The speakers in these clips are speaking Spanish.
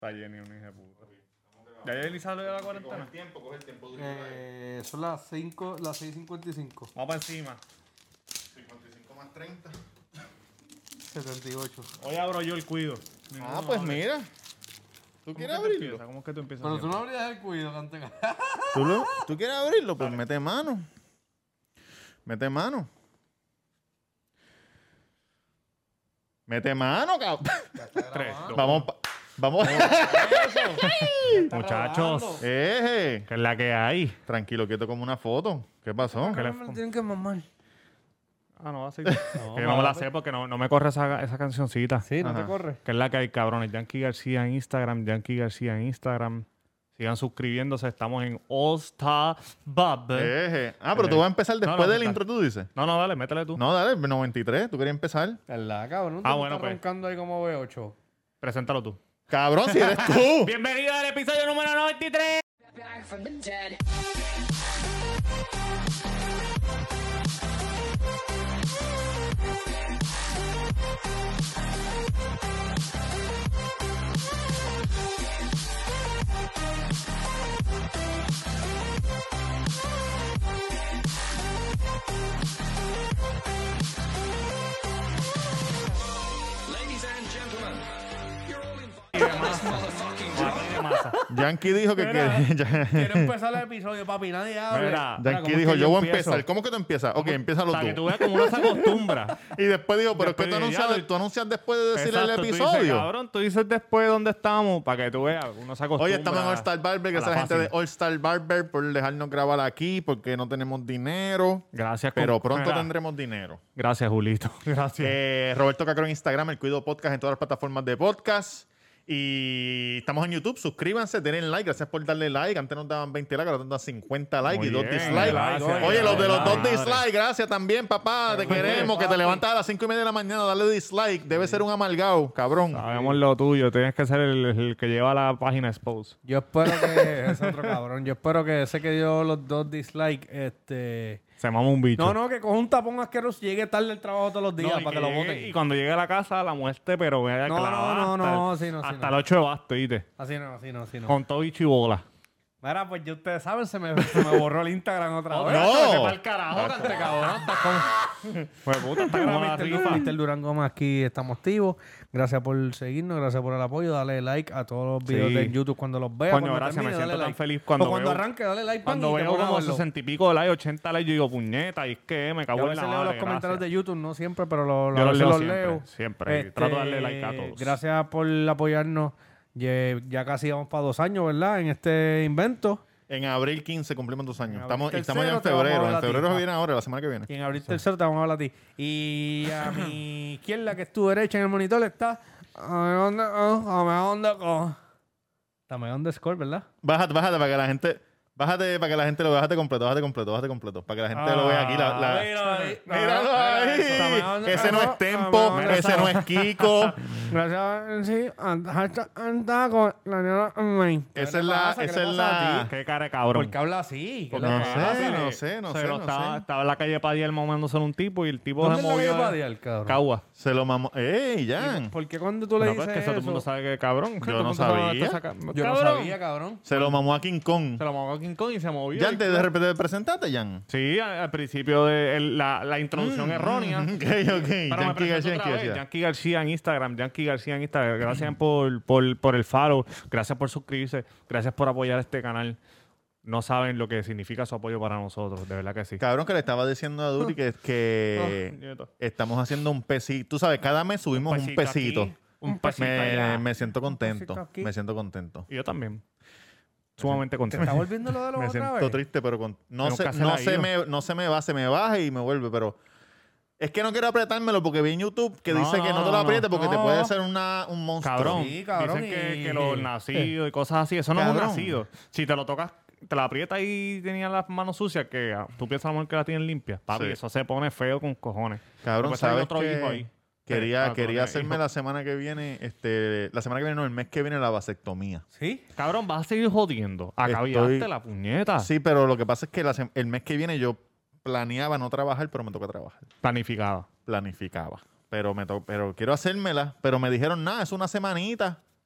Para Jenny, un hijo de puta. ¿Ya Jenny sale de la cuarentena? Coge el tiempo. Son las 6:55. Vamos para encima. 55 más 30. 78. Hoy abro yo el cuido. Pues mira. ¿Tú quieres abrirlo? ¿Cómo es que tú empiezas? Pero tú no abrías el cuido, Canteca. ¿Tú quieres abrirlo? Pues mete mano. Mete mano. Mete mano, cabrón. 3, 2. Vamos. Muchachos, Eje. ¿qué es la que hay? Tranquilo, quieto como una foto. ¿Qué pasó? ¿Qué le- Me tienen que mamar. Ah, no, así. Que yo no me la sé porque no me corre esa cancioncita. Sí, no Ajá. te corre. Que es la que hay, cabrones. Yankee García en Instagram, Yankee García en Instagram. Sigan suscribiéndose. Estamos en All Star Bub. Eje. Pero tú vas a empezar después No, del está. intro, tú dices. No, dale, métele tú. No, dale, 93. ¿Tú querías empezar? ¿Verdad, cabrón? Ah, Tú bueno, estás pues. roncando ahí como B8. Preséntalo tú. Cabrón, si eres tú. Bienvenido al episodio número 93. Back from the dead. Ladies and gentlemen, you're all invited to this motherfucking job. Yankee dijo que quiere. Quiero empezar el episodio, papi. Nadie abre. Mira, Yankee dijo, yo voy a empezar. ¿Cómo que tú empiezas? Ok, empiézalo Para que tú tú. veas cómo uno se acostumbra. Y después dijo, pero es que Después de tú anuncias después de decir Exacto, el tú dices, episodio. cabrón, tú dices después dónde estamos para que tú veas. Uno se acostumbra. Oye, estamos en All Star Barber, a gracias a la gente de All Star Barber por dejarnos grabar aquí, porque no tenemos dinero. Gracias. Pero pronto Mira, tendremos dinero. Gracias, Julito. Gracias. Roberto Cacro en Instagram, el Cuido Podcast en todas las plataformas de podcast. Y estamos en YouTube. Suscríbanse, denle like. Gracias por darle like. Antes nos daban 20 likes, ahora nos dan 50 likes Muy y 2 bien, dislikes. gracias. Oye, los de los 2 Madre. dislikes, gracias también, papá. Te queremos. Que te levantas a las 5:30 de la mañana, darle dislike. Debe ser un amargado, cabrón. Sabemos lo tuyo. Tienes que ser el que lleva la página expose. Yo espero que... Es otro cabrón. Yo espero que ese que dio los 2 dislikes, Se mama un bicho. No, que con un tapón asqueroso y llegue tarde el trabajo todos los días y para que lo llegue- voten. Y cuando llegue a la casa, la muerte, pero vea No, clavada no, hasta sí, no, sí, hasta no. el 8 de basto, ¿viste? Así no. Con todo bicho y bola. Mira, pues ya ustedes saben, se me borró el Instagram otra vez. No. ¡Para el carajo, cante, cabrón! Pues puta, está Mira, como la rifa. Mr. Durán Gómez, aquí estamos activos. Gracias por seguirnos, gracias por el apoyo. Dale like a todos los videos Sí. de YouTube cuando los veas. Coño, cuando gracias, me termine, siento dale tan like. feliz cuando O cuando veo- arranque, dale like, pan, Cuando y te veo pongo a como verlo. 60 y pico de likes, 80 likes, yo digo, puñeta, y es que me Yo cago a en veces la leo madre. los comentarios gracias. de YouTube, no siempre, pero a Yo los veces leo los siempre, leo. siempre. Y trato de darle like a todos. Gracias por apoyarnos. Ya casi vamos para 2 años, ¿verdad? En este invento. En abril 15 cumplimos 2 años. En Estamos abril ya en tercero te vamos a febrero. hablar En a ti. febrero Ah. viene ahora, la semana que viene. Y en abril tercero te vamos a hablar a ti. Y a mi izquierda, que es tu derecha en el monitor, está Tame underscore, ¿verdad? Bájate para que la gente... Bájate para que la gente lo vea. Bájate completo. Para que la gente lo vea aquí. Míralo ahí. Ese no es Tempo. Ese no es Kiko. Gracias, sí. Anda con la nena. Esa es la... Qué cara de cabrón. ¿Por qué habla así? ¿Qué Porque le No pasa? sé, no sé, no Se sé, lo no estaba, sé. estaba en la calle Padiel mamándoselo un tipo y el tipo ¿Dónde se es la movió. calle Padiel, cabrón? Cagua. Se lo mamó. ¡Ey, Jan! ¿Por qué cuando tú le No, dices pues es que todo el mundo eso? sabe que cabrón. Yo no sabía. Yo no sabía, cabrón. Se lo mamó a King Kong. Se lo mamó a King Kong y se movió. Jan, de repente te presentaste, Jan. Sí, al principio de la introducción errónea. Ok. Pero me Yankee presento García, otra vez. García. Yankee García en Instagram. Yankee García en Instagram. Gracias por el follow. Gracias por suscribirse. Gracias por apoyar este canal. No saben lo que significa su apoyo para nosotros. De verdad que sí. Cabrón, que le estaba diciendo a Duri que Nieto. estamos haciendo un pesito. Tú sabes, cada mes subimos un pesito. aquí, un pesito allá. Me siento contento. pesito aquí. Me siento contento. Y yo también. Sumamente ¿Te contento. está volviendo lo de los Me otra siento vez? triste, pero no Nunca se, se la no, ha se ido. me, no se me va, se me baja y me vuelve, pero es que no quiero apretármelo porque vi en YouTube que No, dice que no te lo no, aprietes porque te no. puede ser un monstruo. Cabrón, Sí, cabrón, dicen que, y- que los nacidos y cosas así, eso no es Cabrón. un nacido. Si te lo tocas, te la aprietas y tenías las manos sucias, que tú piensas a lo mejor que la tienen limpias. Papi, Sí. eso se pone feo con cojones. Cabrón, Puede salir ¿sabes otro qué? hijo ahí. Quería Sí, con el hacerme hijo. la semana que viene, la semana que viene no, el mes que viene la vasectomía. ¿Sí? Cabrón, vas a seguir jodiendo. Acabaste Estoy- la puñeta. Sí, pero lo que pasa es que el mes que viene yo planeaba no trabajar, pero me toca trabajar. Planificada. Planificaba. Pero quiero hacérmela, pero me dijeron, nada, es una semanita.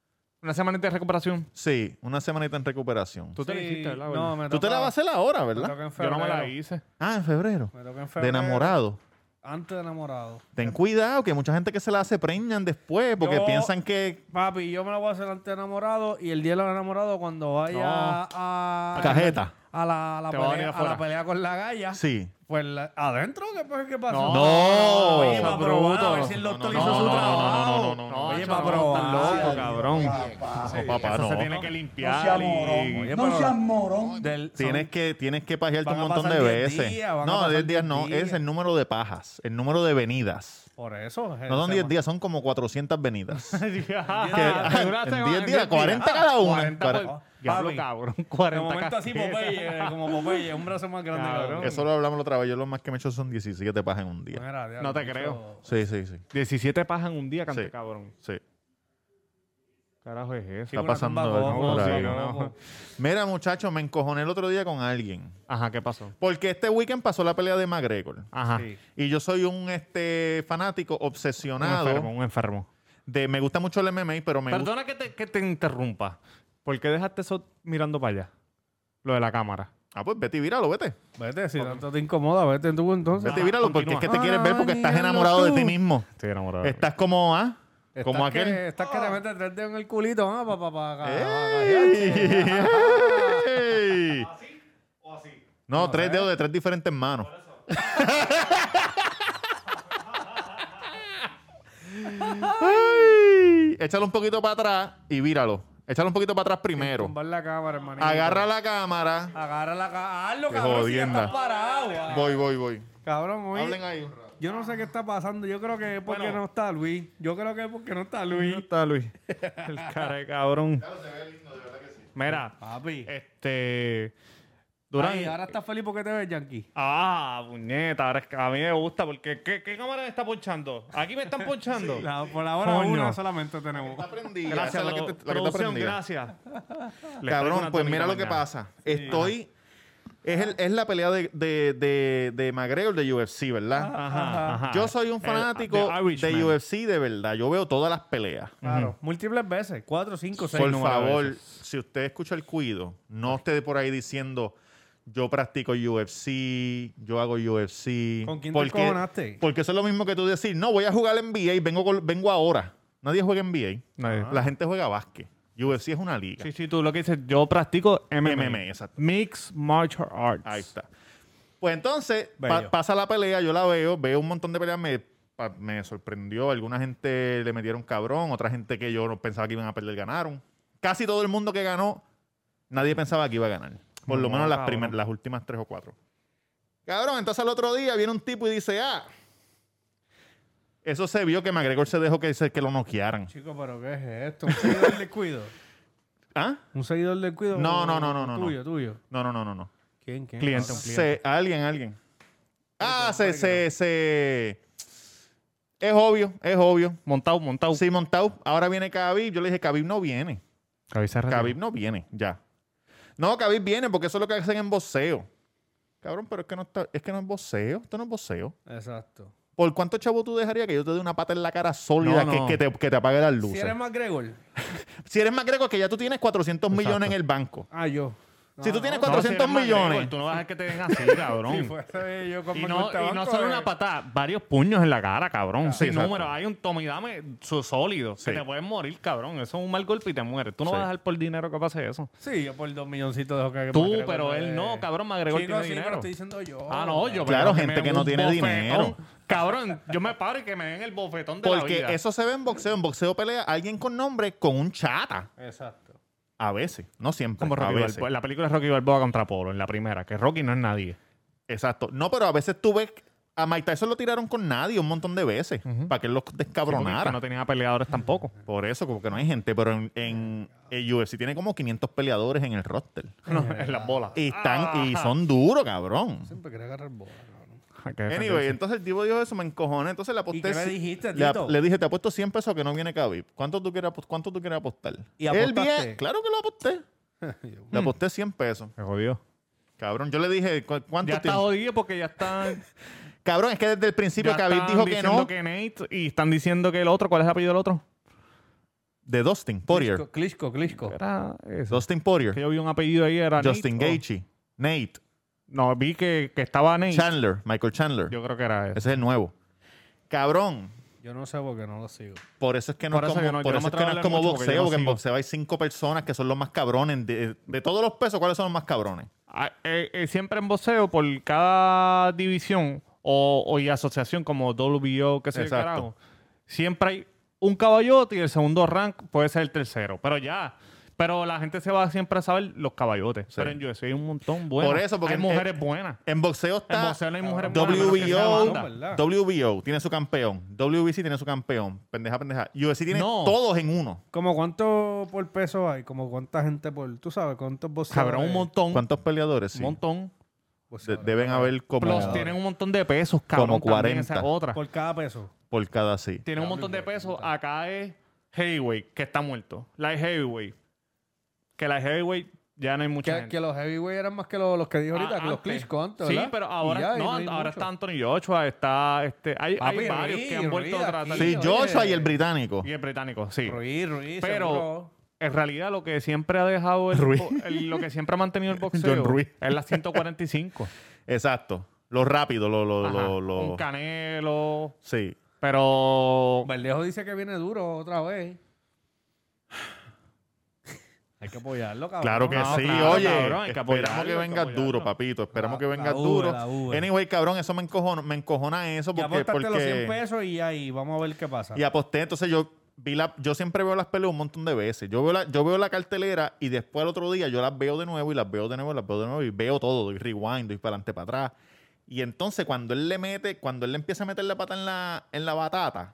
¿Una semanita de recuperación? Sí, una semanita en recuperación. Tú te la hiciste, ¿verdad? No, me Tú te la vas a hacer ahora, ¿verdad? Yo no me la hice. Ah, en febrero. Me toca en De febrero. enamorado. Antes de enamorado. Ten cuidado, que mucha gente que se la hace preñan después porque Yo- piensan que... Papi, yo me lo voy a hacer antes de enamorado y el día de los enamorados cuando vaya a... Cajeta. A la Te va a venir pelea, afuera. a la pelea con la galla. Sí. Pues adentro, ¿qué pasó? No. Oye, Eso para es probar, bruto. a ver si el doctor No, hizo no, su no, trabajo. no, Oye, chacho, para no, probar. estás loco, cabrón. No, papá, Eso no. se tiene que No limpiar. seas morón. Oye, no pero- seas morón. Tienes que pajearte van un a montón pasar de 10 veces. días, van a No, pasar 10 días 10 no. días. Es el número de pajas. El número de venidas. Por eso. No son 10 días, son como 400 venidas. En en 10 días, 40 cada una. 40 Diablo, Papi. cabrón. De 40 momento así casquetas. como Popeye, un brazo más grande. Cabrón. Eso lo hablamos la otra vez. Yo lo más que me he hecho son 17 pajas en un día. Mira, diablo, No te mucho- creo. Sí, sí, sí. 17 pajas en un día, cante Sí. cabrón. Sí. Carajo es eso. Sí, Está una pasando tumba algo coco, por sí, ahí. coco. Mira, muchachos, me encojoné el otro día con alguien. Ajá, ¿qué pasó? Porque este weekend pasó la pelea de McGregor. Ajá. Sí. Y yo soy un fanático obsesionado Un enfermo. de... Me gusta mucho el MMA, pero me gusta... Perdona que te interrumpa. ¿Por qué dejaste eso mirando para allá? Lo de la cámara. Ah, pues vete y víralo, vete. Vete, si tanto te incomoda, vete tú entonces. Vete y víralo porque es que te quieres ver porque estás Ay, enamorado de tú. ti mismo. Estoy enamorado. Estás como, como aquel... Estás que te metes 3 dedos en el culito, ¡Ey! No, 3 dedos de 3 diferentes manos. Ay, échalo un poquito para atrás y víralo. Échalo un poquito para atrás primero. Tumbar la cámara, hermanito. Agarra la cámara. Agarra la cámara. Hazlo, Qué cabrón, si ya jodienda. estás parado. Voy. Cabrón, oye. Hablen ahí un rato. Yo no sé qué está pasando. Yo creo que es porque Bueno. no está Luis. Yo creo que es porque no está Luis. ¿Dónde está Luis? El cara de cabrón. Mira, Papi. Durán. Ay, ahora estás feliz porque te ves, Yankee. Puñeta, ahora es que a mí me gusta porque ¿qué cámara me está ponchando? Aquí me están ponchando. Por ahora Coño. una solamente tenemos. Está prendida. Gracias, Esa es la que te producción, prendida. gracias. Le traigo Cabrón, una pues tonita mira lo que mañana. pasa. Estoy... Es la pelea de McGregor de UFC, ¿verdad? Ajá. Yo soy un fanático The Irishman. de UFC de verdad. Yo veo todas las peleas. Claro. Múltiples veces. 4, 5, 6. Por número de favor, veces. si usted escucha el cuido, no esté por ahí diciendo yo practico UFC, yo hago UFC. ¿Con quién te encojonaste? Porque eso es lo mismo que tú decir, no, voy a jugar NBA y vengo ahora. Nadie juega NBA. Nadie. La gente juega básquet. UFC es una liga. Sí, tú lo que dices, yo practico MMA. MMA, exacto. Mixed Martial Arts. Ahí está. Pues entonces, Bello. pasa la pelea, yo la veo un montón de peleas, me sorprendió. Alguna gente le metieron cabrón, otra gente que yo no pensaba que iban a perder ganaron. Casi todo el mundo que ganó, nadie pensaba que iba a ganar. Por lo No, menos cabrón. las últimas 3 o 4. Cabrón, entonces al otro día viene un tipo y dice, eso se vio que McGregor se dejó que lo noquearan. Chico, pero ¿qué es esto? ¿Un seguidor del cuido? ¿Ah? ¿Un seguidor del cuido? No, o- no, no, no, no, Tuyo, tuyo. No. ¿Quién? Cliente, un cliente. Alguien. Es obvio. Montado. Sí, montado. Ahora viene Khabib. Yo le dije, Khabib no viene. Cabeza Khabib no viene, ya. No, Khabib viene porque eso es lo que hacen en boxeo. Cabrón, pero es que no es boxeo. Esto no es boxeo. Exacto. ¿Por cuánto chavo tú dejarías que yo te dé una pata en la cara sólida No. que te apague las luces? Si eres McGregor. Si eres McGregor, que ya tú tienes 400 millones en el banco. Yo. Si tú tienes No, 400 si eres millones. McGregor, tú no vas a dejar que te den así, cabrón. Si fuese yo con Y mi no, cuenta de y no banco, solo una patada, varios puños en la cara, cabrón. Sí, Sin exacto. número, hay un toma y dame sólido. Sí. Que te puedes morir, cabrón. Eso es un mal golpe y te mueres. Tú no Sí. vas a dejar por dinero que pase eso. Sí, yo por 2 milloncitos dejo que Tú, McGregor pero me él dé. no, cabrón. McGregor Chico, tiene sí, dinero. pero estoy diciendo yo. No, yo Claro, pero gente me que den no un tiene bofetón. dinero. Cabrón, yo me paro y que me den el bofetón de la Porque vida. eso se ve en boxeo. En boxeo pelea alguien con nombre con un chata. Exacto. A veces. No siempre. Como a Rocky veces. Balboa. La película es Rocky Balboa contra Polo, en la primera. Que Rocky no es nadie. Exacto. No, pero a veces tú ves... A Mike Tyson lo tiraron con nadie un montón de veces. Para que él los Porque descabronara. no tenía peleadores tampoco. Por eso, como que no hay gente. Pero en el UFC tiene como 500 peleadores en el roster. En las bolas. Y son duros, cabrón. Siempre quería agarrar bola, cabrón. Anyway, entonces el tipo dijo eso, me encojoné. Entonces le aposté... ¿Y qué le dijiste, le, Tito? le dije, te apuesto 100 pesos a que no viene Khabib. ¿Cuánto tú quieres apostar? ¿Y Él apostaste? viene... Claro que lo aposté. Le aposté 100 pesos. Se jodió. Cabrón, yo le dije, ¿cuánto Ya está tiempo? jodido porque ya está... Cabrón, es que desde el principio Ya Khabib están dijo que diciendo no. que Nate y están diciendo que el otro, ¿cuál es el apellido del otro? De Dustin Poirier. Klitschko. Era eso. Dustin Que Poirier. yo vi un apellido ahí, era Justin Nate, Gaethje. Nate. No, vi que estaba Nate. Chandler. Michael Chandler. Yo creo que era eso. Ese es el nuevo. Cabrón. Yo no sé por qué no lo sigo. Por eso es que no Por es eso como, que no, por yo eso no es que no me es como atrevo a hablar mucho porque boxeo, yo no porque en sigo. boxeo hay 5 personas que son los más cabrones. De todos los pesos, ¿cuáles son los más cabrones? Siempre en boxeo, por cada división y asociación como WBO, que sé yo, Exacto. carajo, siempre hay un caballote y el segundo rank puede ser el tercero. Pero la gente se va siempre a saber los caballotes. Sí. Pero en UFC hay un montón buenos. Por eso, porque hay mujeres buenas. En boxeo En está boxeo no hay mujeres buenas. menos que sea WBO, banda. ¿verdad? WBO tiene su campeón. WBC tiene su campeón. Pendeja. UFC tiene No. todos en uno. ¿Como cuánto por peso hay? ¿Como cuánta gente por... ¿Tú sabes cuántos boxeadores? Cabrón, un montón. ¿Cuántos peleadores? Un Sí. montón. Deben haber como Plus tienen un montón de pesos, cabrón. Como también, 40. esa es otra. Por cada peso. por cada sí. Tiene un montón de pesos. Acá es heavyweight, que está muerto. Light heavyweight. Que la heavyweight ya no hay mucha gente. Que los heavyweight eran más que los que dijo ahorita, que los Antes. Klitschko antes, Sí, ¿verdad? pero Y ahora ya, y no, hay ahora mucho. está Anthony Joshua, está hay Papi, varios que han vuelto a tratar. Sí, oye. Joshua y el británico. Y el británico, sí. Ruiz, Pero seguro. en realidad lo que siempre ha dejado Ruiz. lo que siempre ha mantenido el boxeo John Ruiz. es las 145. Exacto. Lo rápido, Ajá. lo... Un Canelo, Sí. pero Verdejo dice que viene duro otra vez. Hay que apoyarlo, cabrón. Claro que No, sí, claro, oye. cabrón, hay que Esperamos apoyarlo, que hay que vengas apoyarlo. duro, papito. Esperamos que La vengas V, duro. la V. Anyway, cabrón, eso me encojona eso Ya porque... apostaste los 100 porque... pesos y ahí vamos a ver qué pasa. Y aposté, entonces yo siempre veo las peleas un montón de veces. Yo veo la cartelera y después al otro día yo las veo de nuevo y las veo de nuevo y las veo de nuevo y veo todo, doy rewind, doy para adelante, para atrás. Y entonces cuando él le empieza a meter la pata en la batata,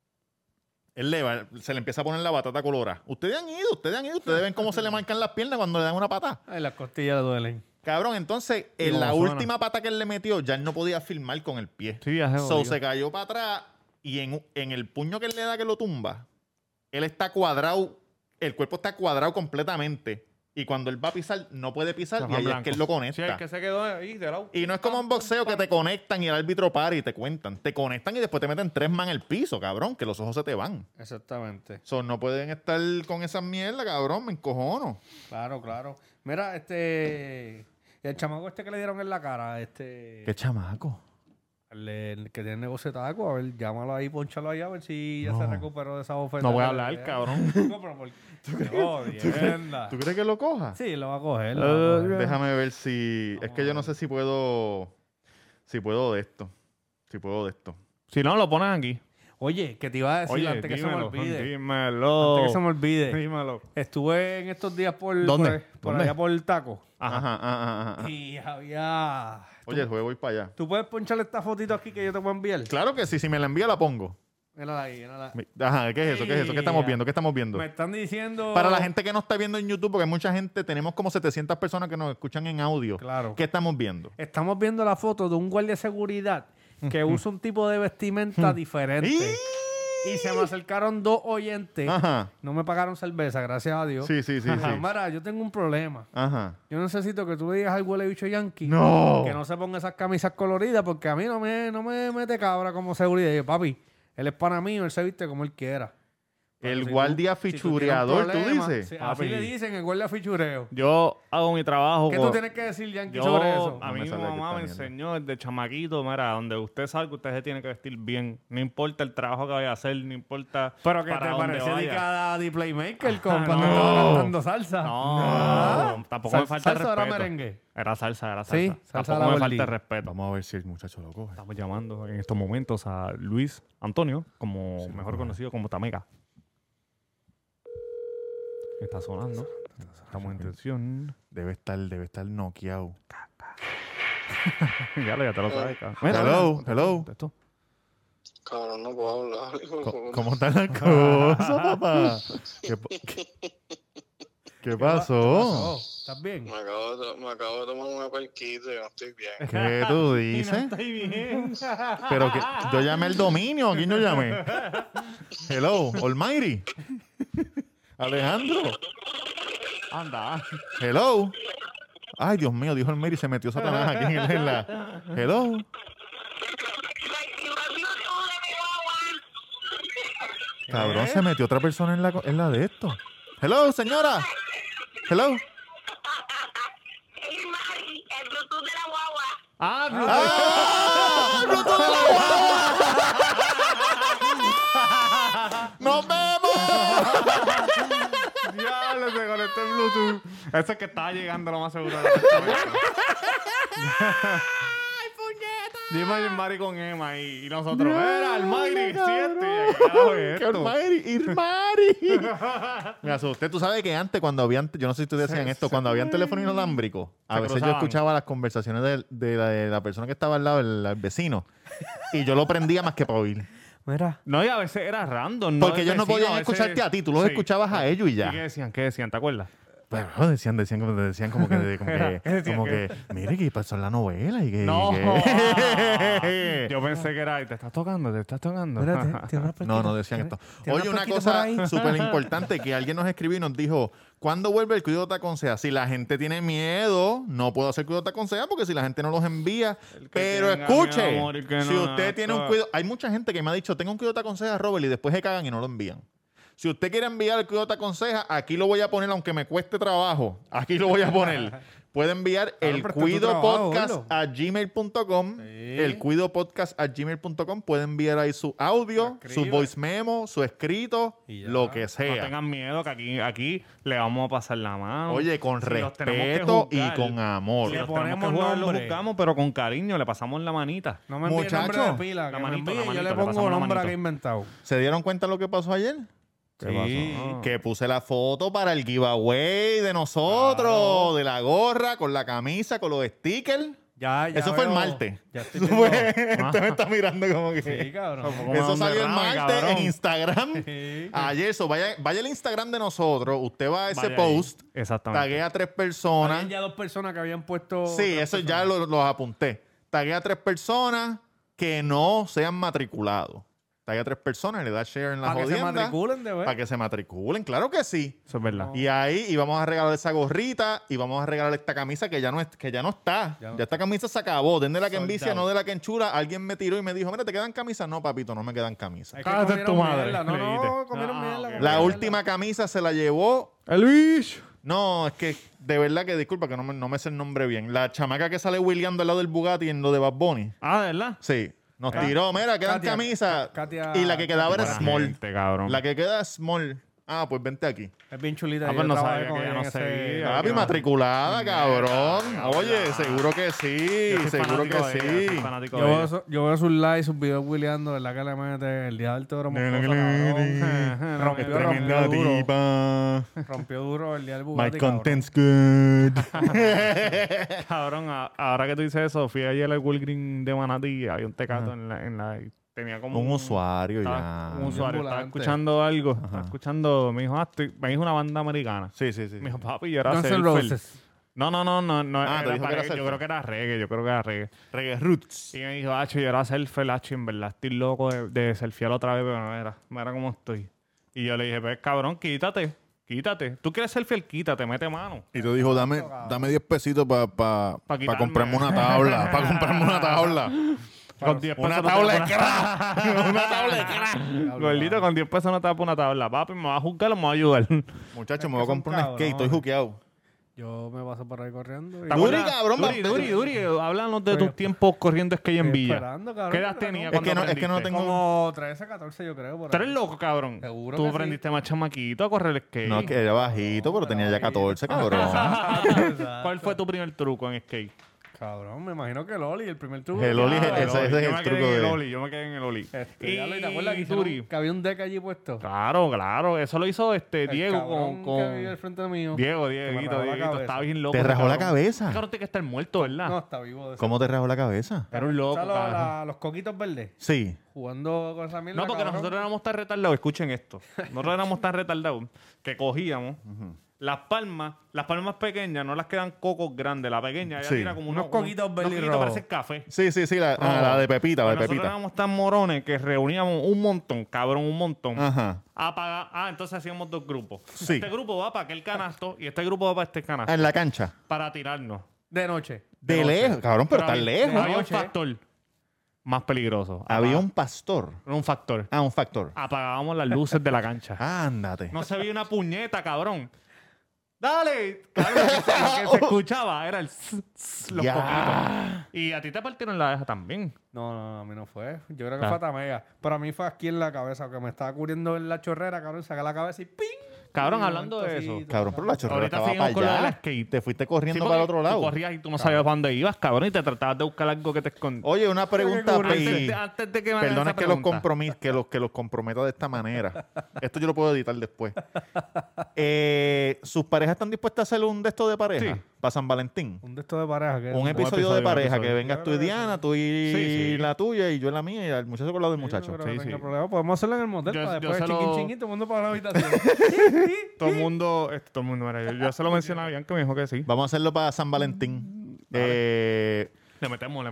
se le empieza a poner la batata colorada. Ustedes ven cómo se le marcan las piernas cuando le dan una patada. Ay, las costillas le duelen. Cabrón, entonces en cómo la suena. última pata que él le metió, ya él no podía filmar con el pie. sí, ya se So jodió. se cayó para atrás y en el puño que él le da que lo tumba, él está cuadrado, el cuerpo está cuadrado completamente. Y cuando él va a pisar, no puede pisar y ahí es que él lo Sí, conecta. el que se quedó ahí de lado. Y no es como en boxeo que te conectan y el árbitro para y te cuentan. Te conectan y después te meten 3 man en el piso, cabrón, que los ojos se te van. Exactamente. So, no pueden estar con esa mierda, cabrón, me encojono. Claro. Mira, el chamaco que le dieron en la cara, Qué chamaco. el que tiene negocio de taco, a ver, llámalo ahí, ponchalo ahí a ver si ya se recuperó de esa oferta. No voy a hablar, cabrón. No, pero jodienda. ¿Tú crees que lo coja? Sí, lo va a coger. lo va a coger. Déjame ver si... Es que yo no sé si puedo de esto. Si puedo de esto. Si no, lo ponen aquí. Oye, que te iba a decir Oye, antes que se me dímelo, olvide. dímelo. Antes que se me olvide. Dímelo. Estuve en estos días por... ¿Dónde? Por ¿Dónde? allá por el taco. Ajá. Y había... Oye, el juego voy para allá. ¿Tú puedes poncharle esta fotito aquí que yo te voy a enviar? Claro que sí, si me la envía la pongo. Mírala ahí, mírala. Ajá, ¿qué es eso? ¿Qué estamos viendo? ¿Qué estamos viendo? Me están diciendo... Para la gente que no está viendo en YouTube, porque hay mucha gente, tenemos como 700 personas que nos escuchan en audio. Claro. ¿Qué estamos viendo? Estamos viendo la foto de un guardia de seguridad que usa un tipo de vestimenta diferente. Y se me acercaron 2 oyentes. Ajá. No me pagaron cerveza, gracias a Dios. Sí. Mira, yo tengo un problema. Ajá. Yo necesito que tú le digas al huele bicho yankee No. que no se ponga esas camisas coloridas porque a mí no me mete cabra como seguridad. Y yo, papi, él es pana mío, él se viste como él quiera. El Si guardia tú tienes fichureador, un ¿tú problema, dices? sí, así Papi. le dicen, el guardia fichureo. Yo hago mi trabajo. ¿Qué tú tienes que decir, Yankee, Yo, sobre eso? a No mí me mi sale aquí mamá me esta mierda. enseñó desde chamaquito, mira, donde usted salga, usted se tiene que vestir bien. No importa el trabajo que vaya a hacer, no importa Pero que para te dónde parece vaya. cada de Playmaker con cuando no. estaba cantando salsa. No, tampoco me falta ¿Salsa o era respeto. merengue? Era salsa. Sí, salsa Tampoco a la me gordita. falta respeto. Vamos a ver si el muchacho lo coge. Estamos llamando en estos momentos a Luis Antonio, como mejor conocido como Tamega. Está sonando. Estamos en tensión. Debe estar noqueado. ya te lo sabes, cabrón. Hello. Esto. Cabrón, no puedo hablar. ¿Cómo están las cosas, papá? ¿Qué pasó? ¿Estás bien? Me acabo de tomar una perquita y no estoy bien. ¿Qué tú dices? Estoy bien. Pero que yo llamé el dominio. ¿A quién yo llamé? Hello, Almighty. Alejandro. Anda. Hello. Ay, Dios mío, dijo Almighty y se metió Satanás aquí en la... Hello. Cabrón, se metió otra persona en la de esto. Hello, señora. Hello. El Bluetooth de la guagua. ¡Ah! ¡Ah! ¡Bluetooth de la guagua! ¡Nos vemos! ¡Diablo! Se conectó el Bluetooth. Eso es que estaba llegando lo más seguro. Dime el Mari con Emma y nosotros. Era el Mari, siete. ¡Qué Irmari! Me asusté. Tú sabes que antes, cuando habían... Yo no sé si ustedes decían esto. Cuando habían teléfono inalámbrico, a Se veces yo cruzaban. escuchaba las conversaciones de la persona que estaba al lado, el vecino. Y yo lo prendía más que para oír. Mira. No, y a veces era random. ¿no? Porque El ellos no vecino, podían a veces- escucharte a ti. Tú los Sí. escuchabas a ellos y ya. ¿Y qué decían? ¿Qué decían? ¿Te acuerdas? Bueno, decían como que mire, que pasó en la novela y que... No. que- Yo pensé que era, ¿te estás tocando? ¿Te estás tocando? Mira, tiene una No, no pesquita. decían esto. ¿Tiene Oye, una pesquita por cosa ahí? súper importante que alguien nos escribió y nos dijo, ¿cuándo vuelve el Cuido Taconsea? Si la gente tiene miedo, no puedo hacer Cuido Taconsea porque si la gente no los envía. Pero tenga escuche, miedo a morir, que si no usted tiene un nazca. Cuido... Hay mucha gente que me ha dicho, tengo un Cuido Taconsea, Robert, y después se cagan y no lo envían. Si usted quiere enviar el Cuido Aconseja, aquí lo voy a poner, aunque me cueste trabajo. Aquí lo voy a poner. Puede enviar el pero es tu Cuido trabajo, Podcast gordo. a gmail.com. El Cuido Podcast a gmail.com. Puede enviar ahí su audio, su escribe. voice memo, su escrito, Y ya. lo que No sea. tengan miedo que aquí le vamos a pasar la mano. Oye, con Si los tenemos que respeto y juzgar, con amor. Si Le los tenemos que ponemos jugar, los nombre. buscamos, pero con cariño, le pasamos la manita. No me envíe el nombre de Muchacho. pila. Que La me manito, envíe la y yo manito, le le pongo pasamos un la nombre manito. que he inventado. ¿Se dieron cuenta lo que pasó ayer? Sí. Que puse la foto para el giveaway de nosotros, de la gorra, con la camisa, con los stickers. Ya Eso fue el veo. martes. Ya estoy Eso viendo. fue- Usted me está mirando como que... Sí, cabrón. Como Eso donde salió el rame, martes cabrón. en Instagram. Sí. Ayer, eso, vaya al Instagram de nosotros, usted va a ese Vaya post, ahí. Exactamente. taguea a 3 personas. Habían ya 2 personas que habían puesto... Sí, eso ya los apunté. Taguea a 3 personas que no sean matriculados. Taguea a 3 personas, le da share en la Para que se jodienda. matriculen de ver. Para que se matriculen, claro que sí. Eso es verdad. Y ahí y vamos a regalar esa gorrita y vamos a regalar esta camisa que ya no está. Ya Ya no esta camisa se acabó. Den de la que Sold envicia, out. no de la que enchula. Alguien me tiró y me dijo, mira, ¿te quedan camisas? No, papito, no me quedan camisas. Es que Cállate en tu comieron madre. mierda. No, Leíste. no, comieron Ah, mierda. ok. comieron La mierda. última camisa se la llevó... El bicho. No, es que de verdad que disculpa que no me sé el nombre bien. La chamaca que sale wheeleando al lado del Bugatti en lo de Bad Bunny. Ah, ¿de verdad? Sí. Nos tiró, mira, quedan Katia, camisas. Katia- Y la que quedaba era Buena small. gente, cabrón. La que queda small. Ah, pues vente aquí. Es bien chulita. Ah, yo pues no trabajé sabía con que ya ella no en ese- seguía. Papi, no. matriculada, cabrón. cabrón. Oye, seguro que sí. Yo soy Seguro que fanático de ella, soy sí. fanático Yo de veo, ella. yo veo sus likes, sus videos wheeleando, ¿verdad? Que le mete el día del toro Nena, moscoso, que le cabrón. mete. Rompió, Es tremenda rompió duro. tipa. Rompió duro el día del My Bugatti, cabrón. content's good. Cabrón, ahora que tú dices eso, fui ayer al Walgreens de Manatí y había un tecato en la tenía como Un usuario estaba- ya. un usuario, estaba ambulante. escuchando algo, estaba escuchando, me dijo, me dijo una banda americana. Sí, sí, sí. Me dijo, papi, yo era Guns N' surfer. Regoses. No, Ah, te era dijo que era yo surfer. creo que era reggae, Reggae Roots. Y me dijo, yo era surfer, en verdad estoy loco de surfear otra vez, pero no era como estoy. Y yo le dije, pues cabrón, quítate. ¿Tú quieres surfear? Quítate, mete mano. Y tú dijo, dame 10 pesitos para quitarme. comprarme una tabla. Para comprarme una tabla. Con 10 pesos Una no te tabla da de pa' crack. Una tabla de crack. Gordito, con 10 pesos no te da para una tabla. Papi, me va a juzgar o me va a ayudar. Muchacho, Es me voy a que son comprar un skate. Estoy cabrones. juqueado. Yo me paso por ahí corriendo. ¿Te Duri, acuerdas? cabrón, Duri. Háblanos de Estoy- tus tiempos corriendo skate en Estoy Villa. esperando, cabrón, ¿Qué edad pero tenía no. cuando Es que no aprendiste? tengo- Como 13, 14, yo creo. Por Tú ahí. eres loco, cabrón. Seguro Tú que aprendiste más chamaquito a correr skate. No, que era bajito, pero tenía ya 14, cabrón. ¿Cuál fue tu primer truco en skate? Cabrón, me imagino que el Oli, el primer truco. El Oli, Claro, ese es yo el me quedé truco en el de... Oli, yo me quedé en el Oli. Diablo, ¿y te acuerdas que, Duri. hicieron, que había un deck allí puesto? Claro. Eso lo hizo El Diego cabrón con... que vive al frente mío. Diego, me Dieguito. rajó la cabeza. Estaba bien loco. ¿Te ese rajó la cabrón. cabeza? Ese cabrón tiene que estar muerto, ¿verdad? No, está vivo. De ese- ¿Cómo te rajó la cabeza? Era un loco, ¿Sabes los- cabrón. los coquitos verdes? Sí. Jugando con esa mierda, No, porque cabrón. nosotros éramos tan retardados. Escuchen esto. Nosotros éramos tan retardados que cogíamos las palmas pequeñas, no las quedan cocos grandes. La pequeña ya Sí. tira como Unos coquitos verdes y coquitos rojos. parecen café. Sí, la de Pepita, la de Nosotros Pepita. éramos tan morones que reuníamos un montón, cabrón, un montón. Ajá. Entonces hacíamos 2 grupos. Sí. Este grupo va para aquel canasto y este grupo va para este canasto. En la cancha. Para tirarnos. De noche. De lejos, cabrón, pero está había- lejos. Había un noche. factor. más peligroso. Había un pastor. Un factor. Ah, un factor. Apagábamos las luces de la cancha. Ándate. No se veía una puñeta, cabrón. ¡Dale! Cabrón, lo que se escuchaba era el los Ya. coquitos. Y a ti te partieron la oreja también. No, a mí no fue. Yo creo que Ah. fue a Tamega. Pero a mí fue aquí en la cabeza, que me estaba cubriendo en la chorrera, cabrón. Saca la cabeza y ¡ping! Cabrón, Y un hablando de eso. momentocito. Cabrón, pero la chorrera Ahorita estaba seguimos con lo para del allá. skate. Te fuiste corriendo Sí, para el porque otro lado. Tú corrías y tú no sabías para dónde ibas, cabrón, y te tratabas de buscar algo que te escondía. Oye, una pregunta, Pei. Antes de que me hagas Perdona esa que los, pregunta. que los comprometa de esta manera. Esto yo lo puedo editar después. ¿Sus parejas están dispuestas a hacer un de esto de pareja? Sí. Para San Valentín. Un de estos de pareja. Que Un episodio de un pareja, episodio. que vengas tú y Diana, tú y Sí, sí. la tuya y yo la mía y el muchacho con lado del Sí, muchacho. no creo Sí, que tenga sí. problema. Podemos hacerlo en el motel Yo- para yo después se chiquín lo- chiquín, todo el mundo para la habitación. Todo el mundo, mira, yo se lo mencionaba bien que me dijo que sí. Vamos a hacerlo para San Valentín. Le metemos.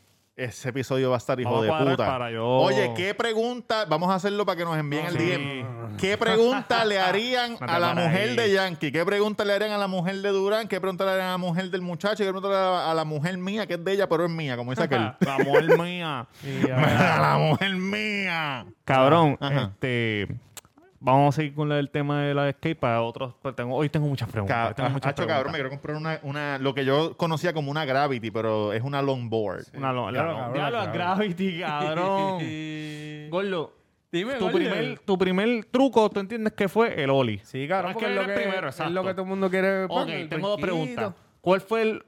Ese episodio va a estar hijo Vamos a de cuadrar puta. para yo- Oye, ¿qué pregunta? Vamos a hacerlo para que nos envíen el Sí. DM. ¿Qué pregunta le harían No te a la pares mujer ahí. de Yankee? ¿Qué pregunta le harían a la mujer de Durán? ¿Qué pregunta le harían a la mujer del muchacho? ¿Qué pregunta le harían a la mujer mía, que es de ella, pero es mía, como dice aquel? La mujer mía. ¡A la mujer mía! Cabrón, Ajá. vamos a seguir con el tema de la skate para otros. Pero hoy tengo muchas preguntas. tengo muchas Hacho, cabrón, me quiero comprar lo que yo conocía como una Gravity, pero es una longboard. Una Diablo, cabrón, Diablo, cabrón. Gravity, cabrón. Gordo, Dime, tu primer truco, ¿tú entiendes que fue el Oli? Sí, cabrón, Hay porque que es lo ver el que, primero, es lo exacto. que todo el mundo quiere. Ok, pues, el tengo dos brinquito. preguntas. ¿Cuál fue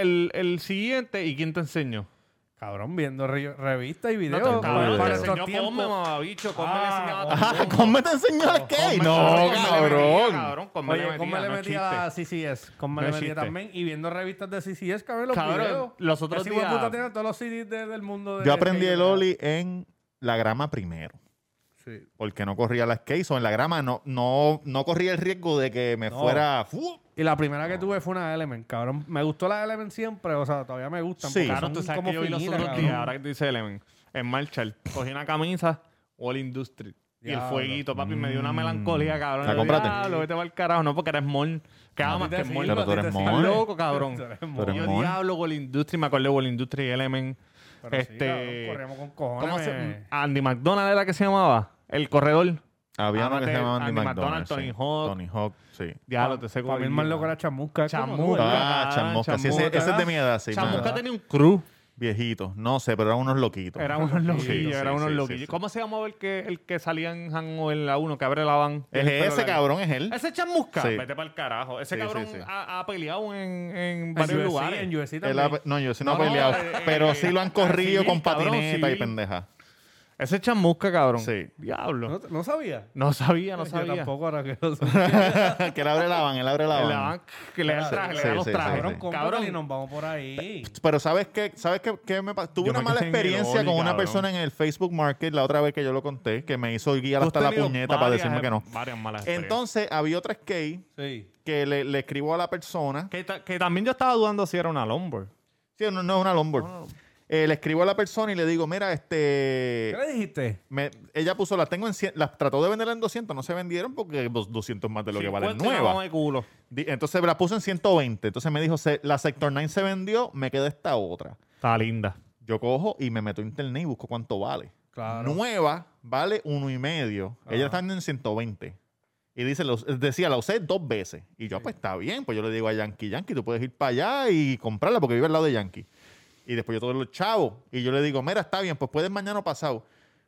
el siguiente y quién te enseñó? Cabrón, viendo revistas y videos. No, cabrón, para te estos enseñó tiempos. Come, mamabicho. Come le enseñaba a todo el Ajá, mundo. ¿cómo te enseñó el skate? Come No, le metía, cabrón. Come Oye, ¿cómo le no metía a existe. CCS? ¿Cómo No le metía existe. también? Y viendo revistas de CCS, cabrón, los Cabrón, videos. los otros Ese días- hijo de puta tiene todos los CDs del mundo. Yo aprendí el Oli en la grama primero. Sí. Porque no corría la skate, o en la grama no corría el riesgo de que me No. fuera... Y la primera que tuve fue una Element, cabrón. Me gustó la Element siempre, o sea, todavía me gustan. Sí. porque Claro, son tú sabes como que yo vi los finitas, otros cabrón. días, ahora que te dice Element, en Marshall, cogí una camisa, All Industry. Y el Diablo. fueguito, papi, me dio una melancolía, cabrón. ¿La Yo, compraste? diablo, vete para el carajo. No, porque eres mall. Queda A más ti que te mall. sirve, Pero tú a ti eres te mall. sirve. Estás loco, cabrón. Tú eres Tú mall. eres Yo mall. diablo, Wall Industry, me acordé de Wall Industry y Element. Pero sí, cabrón, corríamos con cojones. ¿Cómo se Andy McDonald era que se llamaba? El corredor. Había uno que se Andy llamaba Andy McDonald, McDonald. Tony sí. Hawk. Tony Hawk, sí. Diablo, te sé Para mí el más loco era Chamusca. Chamusca. Ah, Chamusca. Sí, ese es de mi edad, sí. Chamusca mano. tenía un crew. Viejito. No sé, pero eran unos loquitos. Era unos loquillos, sí, era unos sí, loquillos. sí. ¿Cómo se llamaba el que salía en Hangover en la 1, que abre la van? Es ese cabrón, es él. Ese Chamusca. Sí. Vete para el carajo. Ese Sí, cabrón sí, sí. Ha peleado en varios lugares. En UFC Él también. no, yo sí no, No, he peleado. no, pero sí lo han corrido civil, con cabrón, patineta y civil. pendeja. Ese Chamusca, cabrón. Sí. Diablo. ¿No sabía? No sabía. Yo sabía. tampoco ahora que lo Que él abre la van, él abre la Le van. daban, que le dan traje, le Sí, dan los sí, trajes. sí, Cabrón, sí. cómpratelo y nos vamos por ahí. Pero ¿sabes qué? ¿Qué me pasó? Tuve Yo una me mala quedé en el experiencia Oli, con una cabrón. persona en el Facebook Market la otra vez que yo lo conté, que me hizo guiar Tú has hasta la tenido puñeta para varias, decirme que no. Varias malas experiencias. Entonces, había otra skate Sí. que le escribo a la persona. Que también yo estaba dudando si era una longboard. Sí, no es una longboard. Le escribo a la persona y le digo, mira, ¿Qué le dijiste? ella puso, las tengo en 100, las trató de venderla en 200, no se vendieron porque 200 más de lo que valen 50 nuevas. de culo. Entonces la puse en 120. Entonces me dijo, la Sector 9 se vendió, me queda esta otra. Está linda. Yo cojo y me meto a internet y busco cuánto vale. Claro. Nueva vale 1.5. Ella está en 120. Y decía, la usé 2 veces. Y yo, pues está bien. Pues yo le digo a Yankee, tú puedes ir para allá y comprarla porque vive al lado de Yankee. Y después yo todos los chavos. Y yo le digo, mira, está bien, pues puedes mañana o pasado.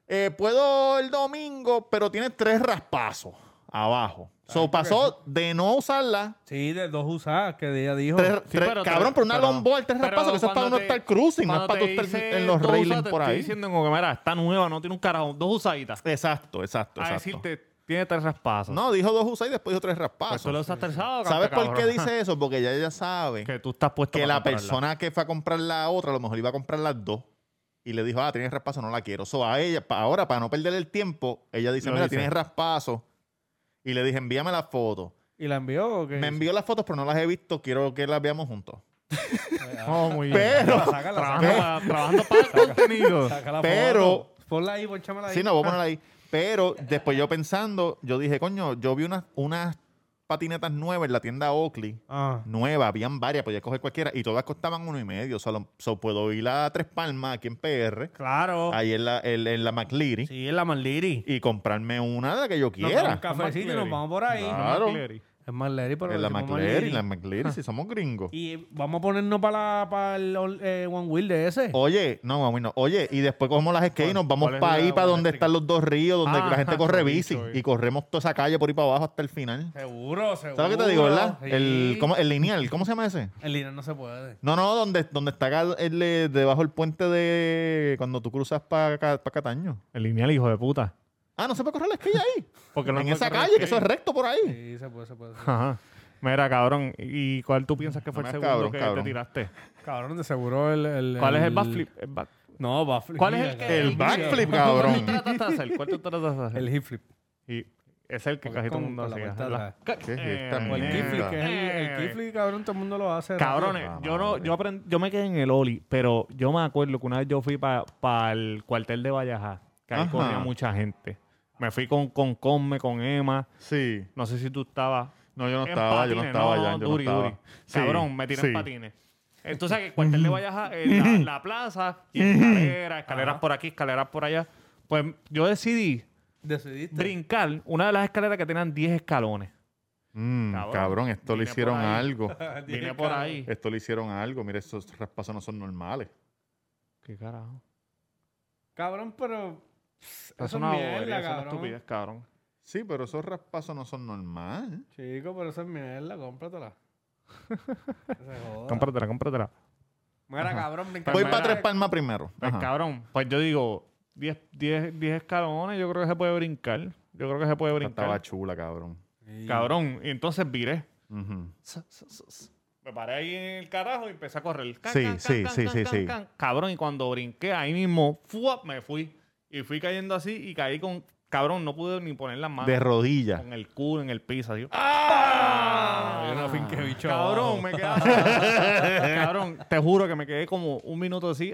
Puedo el domingo, pero tiene 3 raspazos abajo. So pasó de no usarla. Sí, de 2 usadas que ella dijo. Cabrón, pero una longboard, 3 raspazos, que eso es para uno estar cruising, no es para tú estar en los railings por Estoy ahí. diciendo como que, mira, está nueva, no tiene un carajo. 2 usaditas. Exacto. A decirte, tiene 3 raspazos. No, dijo 2 usadas y después dijo 3 Pues raspazos. tú lo has estresado, ¿Sabes por qué cabrón. dice eso? Porque ella sabe Que tú estás puesto que para la comprarla. persona que fue a comprar la otra, a lo mejor iba a comprar las 2. Y le dijo, tienes raspazo, no la quiero. So, a ella, ahora, para no perder el tiempo, ella dice, Lo mira, dice. tienes raspazo. Y le dije, envíame la foto. ¿Y la envió o qué? Me envió las fotos, pero no las he visto. Quiero que las veamos juntos. Oh, muy bien. Pero, Trabajando para el contenido. pero, Ponla ahí, ponchámela ahí. sí, no, voy a ponerla ahí. Pero después yo pensando, yo dije, coño, yo vi unas patinetas nuevas en la tienda Oakley. Nuevas, habían varias, podías coger cualquiera y todas costaban $1.50. So puedo ir a Tres Palmas, aquí en PR, Claro. ahí en la McLeary, Sí, en la Marliri. y comprarme una de la que yo Nos damos quiera. un cafecito y nos vamos por ahí. Claro. Es Marliri, pero En la decimos McLary, Marliri. si somos gringos. Y vamos a ponernos para el One Wheel de ese. Oye, no, mami, no. Oye, y después cogemos las skate y nos vamos cuál es para ahí, la para donde eléctrica? están los dos ríos, donde la gente corre bici. bicho, Y corremos toda esa calle por ahí para abajo hasta el final. Seguro. ¿Sabes lo que te digo, verdad? Sí. El lineal, ¿cómo se llama ese? El lineal no se puede. No, donde está acá debajo del puente de cuando tú cruzas para Cataño. El lineal, hijo de puta. Ah, no se puede correr la skate ahí. Porque no En se esa puede correr calle, que eso es skate. recto por ahí. Sí, se puede. Ajá. Mira, cabrón. ¿Y cuál tú piensas que fue No el me segundo cabrón, que cabrón. te tiraste? Cabrón, de seguro el ¿Cuál es el backflip? No, backflip. ¿Cuál es El backflip, cabrón. ¿Cuál tú trataste de hacer? ¿Cuál tú trataste de hacer? El hip flip. Y es el que casi todo el mundo Con la hacía. vuelta ¿verdad? atrás. ¿Qué es esta O el mierda? kickflip, que es el kickflip, cabrón, todo el mundo lo hace. Cabrones, yo me quedé en el Oli, pero yo me acuerdo que una vez yo fui para el cuartel de Vallajá, que ahí Ajá. corría mucha gente. Me fui con Conme, con Emma. Sí. No sé si tú estabas. No, yo no en estaba, yo no patines, estaba allá. Yo no duri, estaba. duri. Sí, Cabrón, me tiré sí. en patines. Entonces, que el cuartel de Vallajá es la plaza y escaleras por aquí, escaleras por allá. Pues yo decidí Decidiste. brincar una de las escaleras que tenían 10 escalones. Cabrón, esto le Vine por hicieron ahí. algo. Vine por ahí. Esto le hicieron algo. Mira, esos raspasos no son normales. ¿Qué carajo? Cabrón, pero... Es Eso una es mierda, bobería, es una cabrón. estupidez, cabrón. Sí, pero esos raspasos no son normales. Chico, pero eso es mierda, cómpratela. Se joda. Cómpratela. Mira, cabrón, brinca. Voy mira, para Tres Palmas primero. Pues Ajá. cabrón, pues yo digo, 10 escalones, yo creo que se puede brincar. Yo creo que se puede Esta estaba brincar. chula, cabrón. Cabrón, y entonces viré. Ujú. Me paré ahí en el carajo y empecé a correr. Sí. Cabrón, y cuando brinqué ahí mismo, ¡fuap! Me fui. Y fui cayendo así y caí con... Cabrón, no pude ni poner las manos. De rodillas. Con el culo en el piso. Así. Hay una finca de bicho Cabrón, abajo. me quedé así. Cabrón, te juro que me quedé como un minuto así.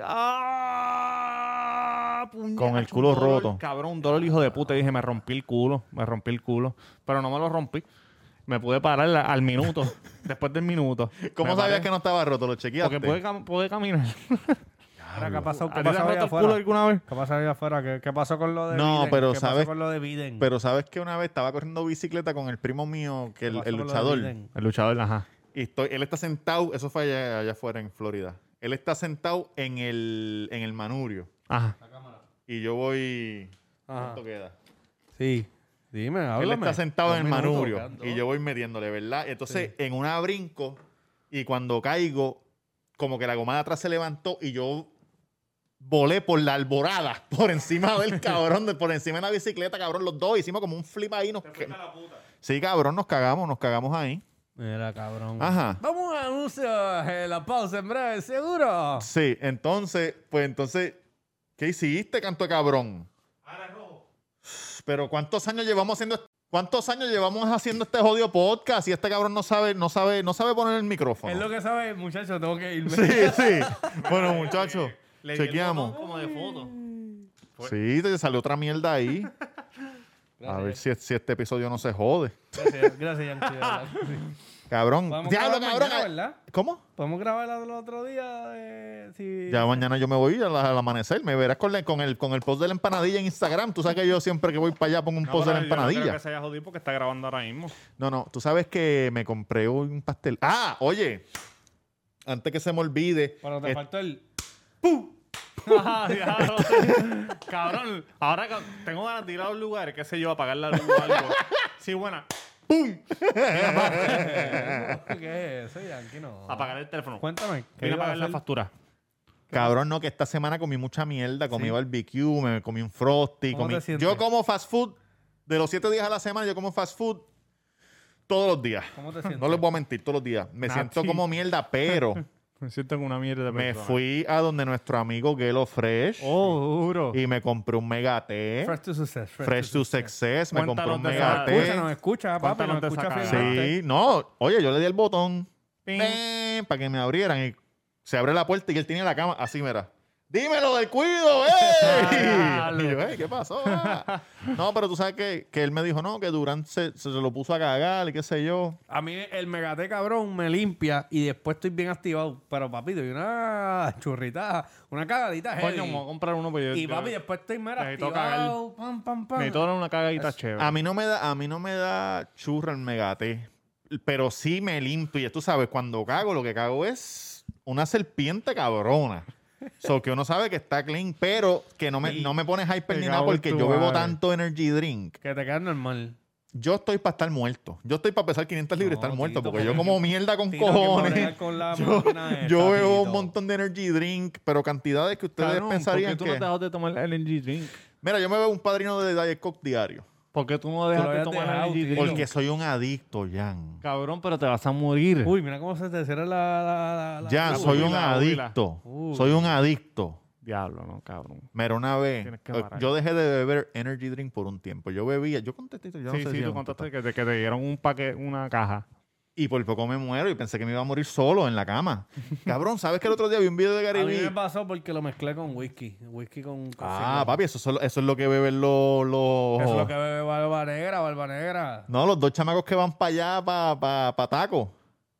Puñeta, Con el un culo dolor, roto. Cabrón, un dolor hijo de puta. Y dije, me rompí el culo. Pero no me lo rompí. Me pude parar al minuto. Después del minuto. ¿Cómo Me sabías paré que no estaba roto? ¿Lo chequeaste? Porque pude caminar. Mira, ¿qué ha pasado? ¿A ¿Qué ti te has pasó allá roto el culo afuera? alguna vez? ¿Qué pasó allá afuera? ¿Qué pasó con lo de No, Biden? pero ¿Qué sabes- pasó con lo de Biden? Pero ¿sabes que una vez estaba corriendo bicicleta con el primo mío, que ¿Qué pasó el con lo de luchador? Biden? El luchador, ajá. Y él está sentado, eso fue allá afuera en Florida. Él está sentado en el manubrio. Ajá. Y yo voy... Ajá. ¿Cuánto queda? Sí. Dime, háblame. Él está sentado en el 2 minutos, manubrio. quedan 2. Y yo voy metiéndole, ¿verdad? Y entonces, Sí. en una brinco, y cuando caigo, como que la goma de atrás se levantó y yo volé por la alborada, por encima del cabrón, por encima de la bicicleta, cabrón. Los dos hicimos como un flip ahí. Sí, cabrón, nos cagamos ahí. Mira, cabrón. Ajá. Vamos a anunciar la pausa en breve, ¿seguro? Sí, entonces, ¿qué hiciste, canto de cabrón? Pero ¿cuántos años llevamos haciendo este jodido podcast y este cabrón no sabe poner el micrófono? Es lo que sabe, muchacho, tengo que irme. Sí. Bueno, muchachos, Le di el chequeamos. botón como de foto. Sí, te salió otra mierda ahí. A ver si este episodio no se jode. Gracias, Yankee. de verdad. Cabrón. Podemos Diablo, grabar cabrón. mañana, ¿verdad? ¿Cómo? Podemos grabar el otro día. Si... Ya mañana yo me voy al amanecer. Me verás con el post de la empanadilla en Instagram. Tú sabes que yo siempre que voy para allá pongo un post de la Yo no creo empanadilla. que se haya jodido porque está grabando ahora mismo. No. Tú sabes que me compré un pastel. Ah, oye. Antes que se me olvide. Pero te eh, faltó el... Ajá, diablo. Cabrón, ahora que tengo ganas de ir a un lugar, qué sé yo, apagar la luz o algo. Sí, buena. ¿Qué es eso, Yankee? No. Apagar el teléfono. Cuéntame. ¿qué Vine a ibas a pagar la hacer? factura. Cabrón, no, que esta semana comí mucha mierda. Comí Sí. barbecue, me comí un frosty. ¿Cómo te sientes? Yo como fast food. De los 7 días a la semana, yo como fast food todos los días. ¿Cómo te sientes? No les voy a mentir, todos los días. Me Nazi. siento como mierda, pero Me siento en una mierda de me persona. fui a donde nuestro amigo Gelo Fresh Oh, duro. y me compré un mega té. Fresh to Success. Fresh to Success. Me compré un Cuéntanos de mega esa- té. Escucha, nos escucha, papi. Cuéntanos Nos de escucha esa fielmente. Sí, no. Oye, yo le di el botón Ping. para que me abrieran y se abre la puerta y él tenía la cama así, mira. dímelo del cuido, Y yo, ¿qué pasó? No, pero tú sabes que él me dijo, no, que Durant se lo puso a cagar y qué sé yo. A mí el Megate cabrón me limpia y después estoy bien activado. Pero papi, doy una churrita, una cagadita heavy. Coño, me voy a comprar uno, pues Y papi, después estoy mera necesito activado. Pam, pam, pam. necesito dar una cagadita chévere. A mí no me da churra el Megate, pero sí me limpia. Tú sabes, cuando cago, lo que cago es una serpiente cabrona. So que uno sabe que está clean, pero que no me pone hyper Te ni nada cago en porque tu yo bebo madre. tanto energy drink. Que te queda normal. Yo estoy para estar muerto. Yo estoy para pesar 500 libras y No, estar muerto Tito, porque yo porque- como mierda con Tito, que cojones. bregar con la Yo, máquina esta, yo bebo Tito. un montón de energy drink, pero cantidades que ustedes Cabrón, pensarían ¿por qué tú no que... te dejas de tomar el energy drink? Mira, yo me bebo un padrino de Diet Coke diario. ¿Por qué tú no Tú dejas lo de habías tomar el dejado, energy tío. drink? Porque soy un adicto, Jan. Cabrón, pero te vas a morir. Uy, mira cómo se te cierra la Jan, soy un huila, adicto. Uy. Soy un adicto. Diablo, no, cabrón. Mira, una vez, Tienes que parar. yo dejé de beber energy drink por un tiempo. Yo bebía, yo contesté, yo no Sí, sé sí, si tú yo contaste que te dieron un paquete, una caja. y por poco me muero y pensé que me iba a morir solo en la cama. Cabrón, ¿sabes que el otro día vi un video de A Gary mí me Vee? pasó porque lo mezclé con whisky. Whisky con Ah, papi, eso es lo que beben los... Eso es lo que bebe Barba Negra. No, los dos chamacos que van para allá, para Taco.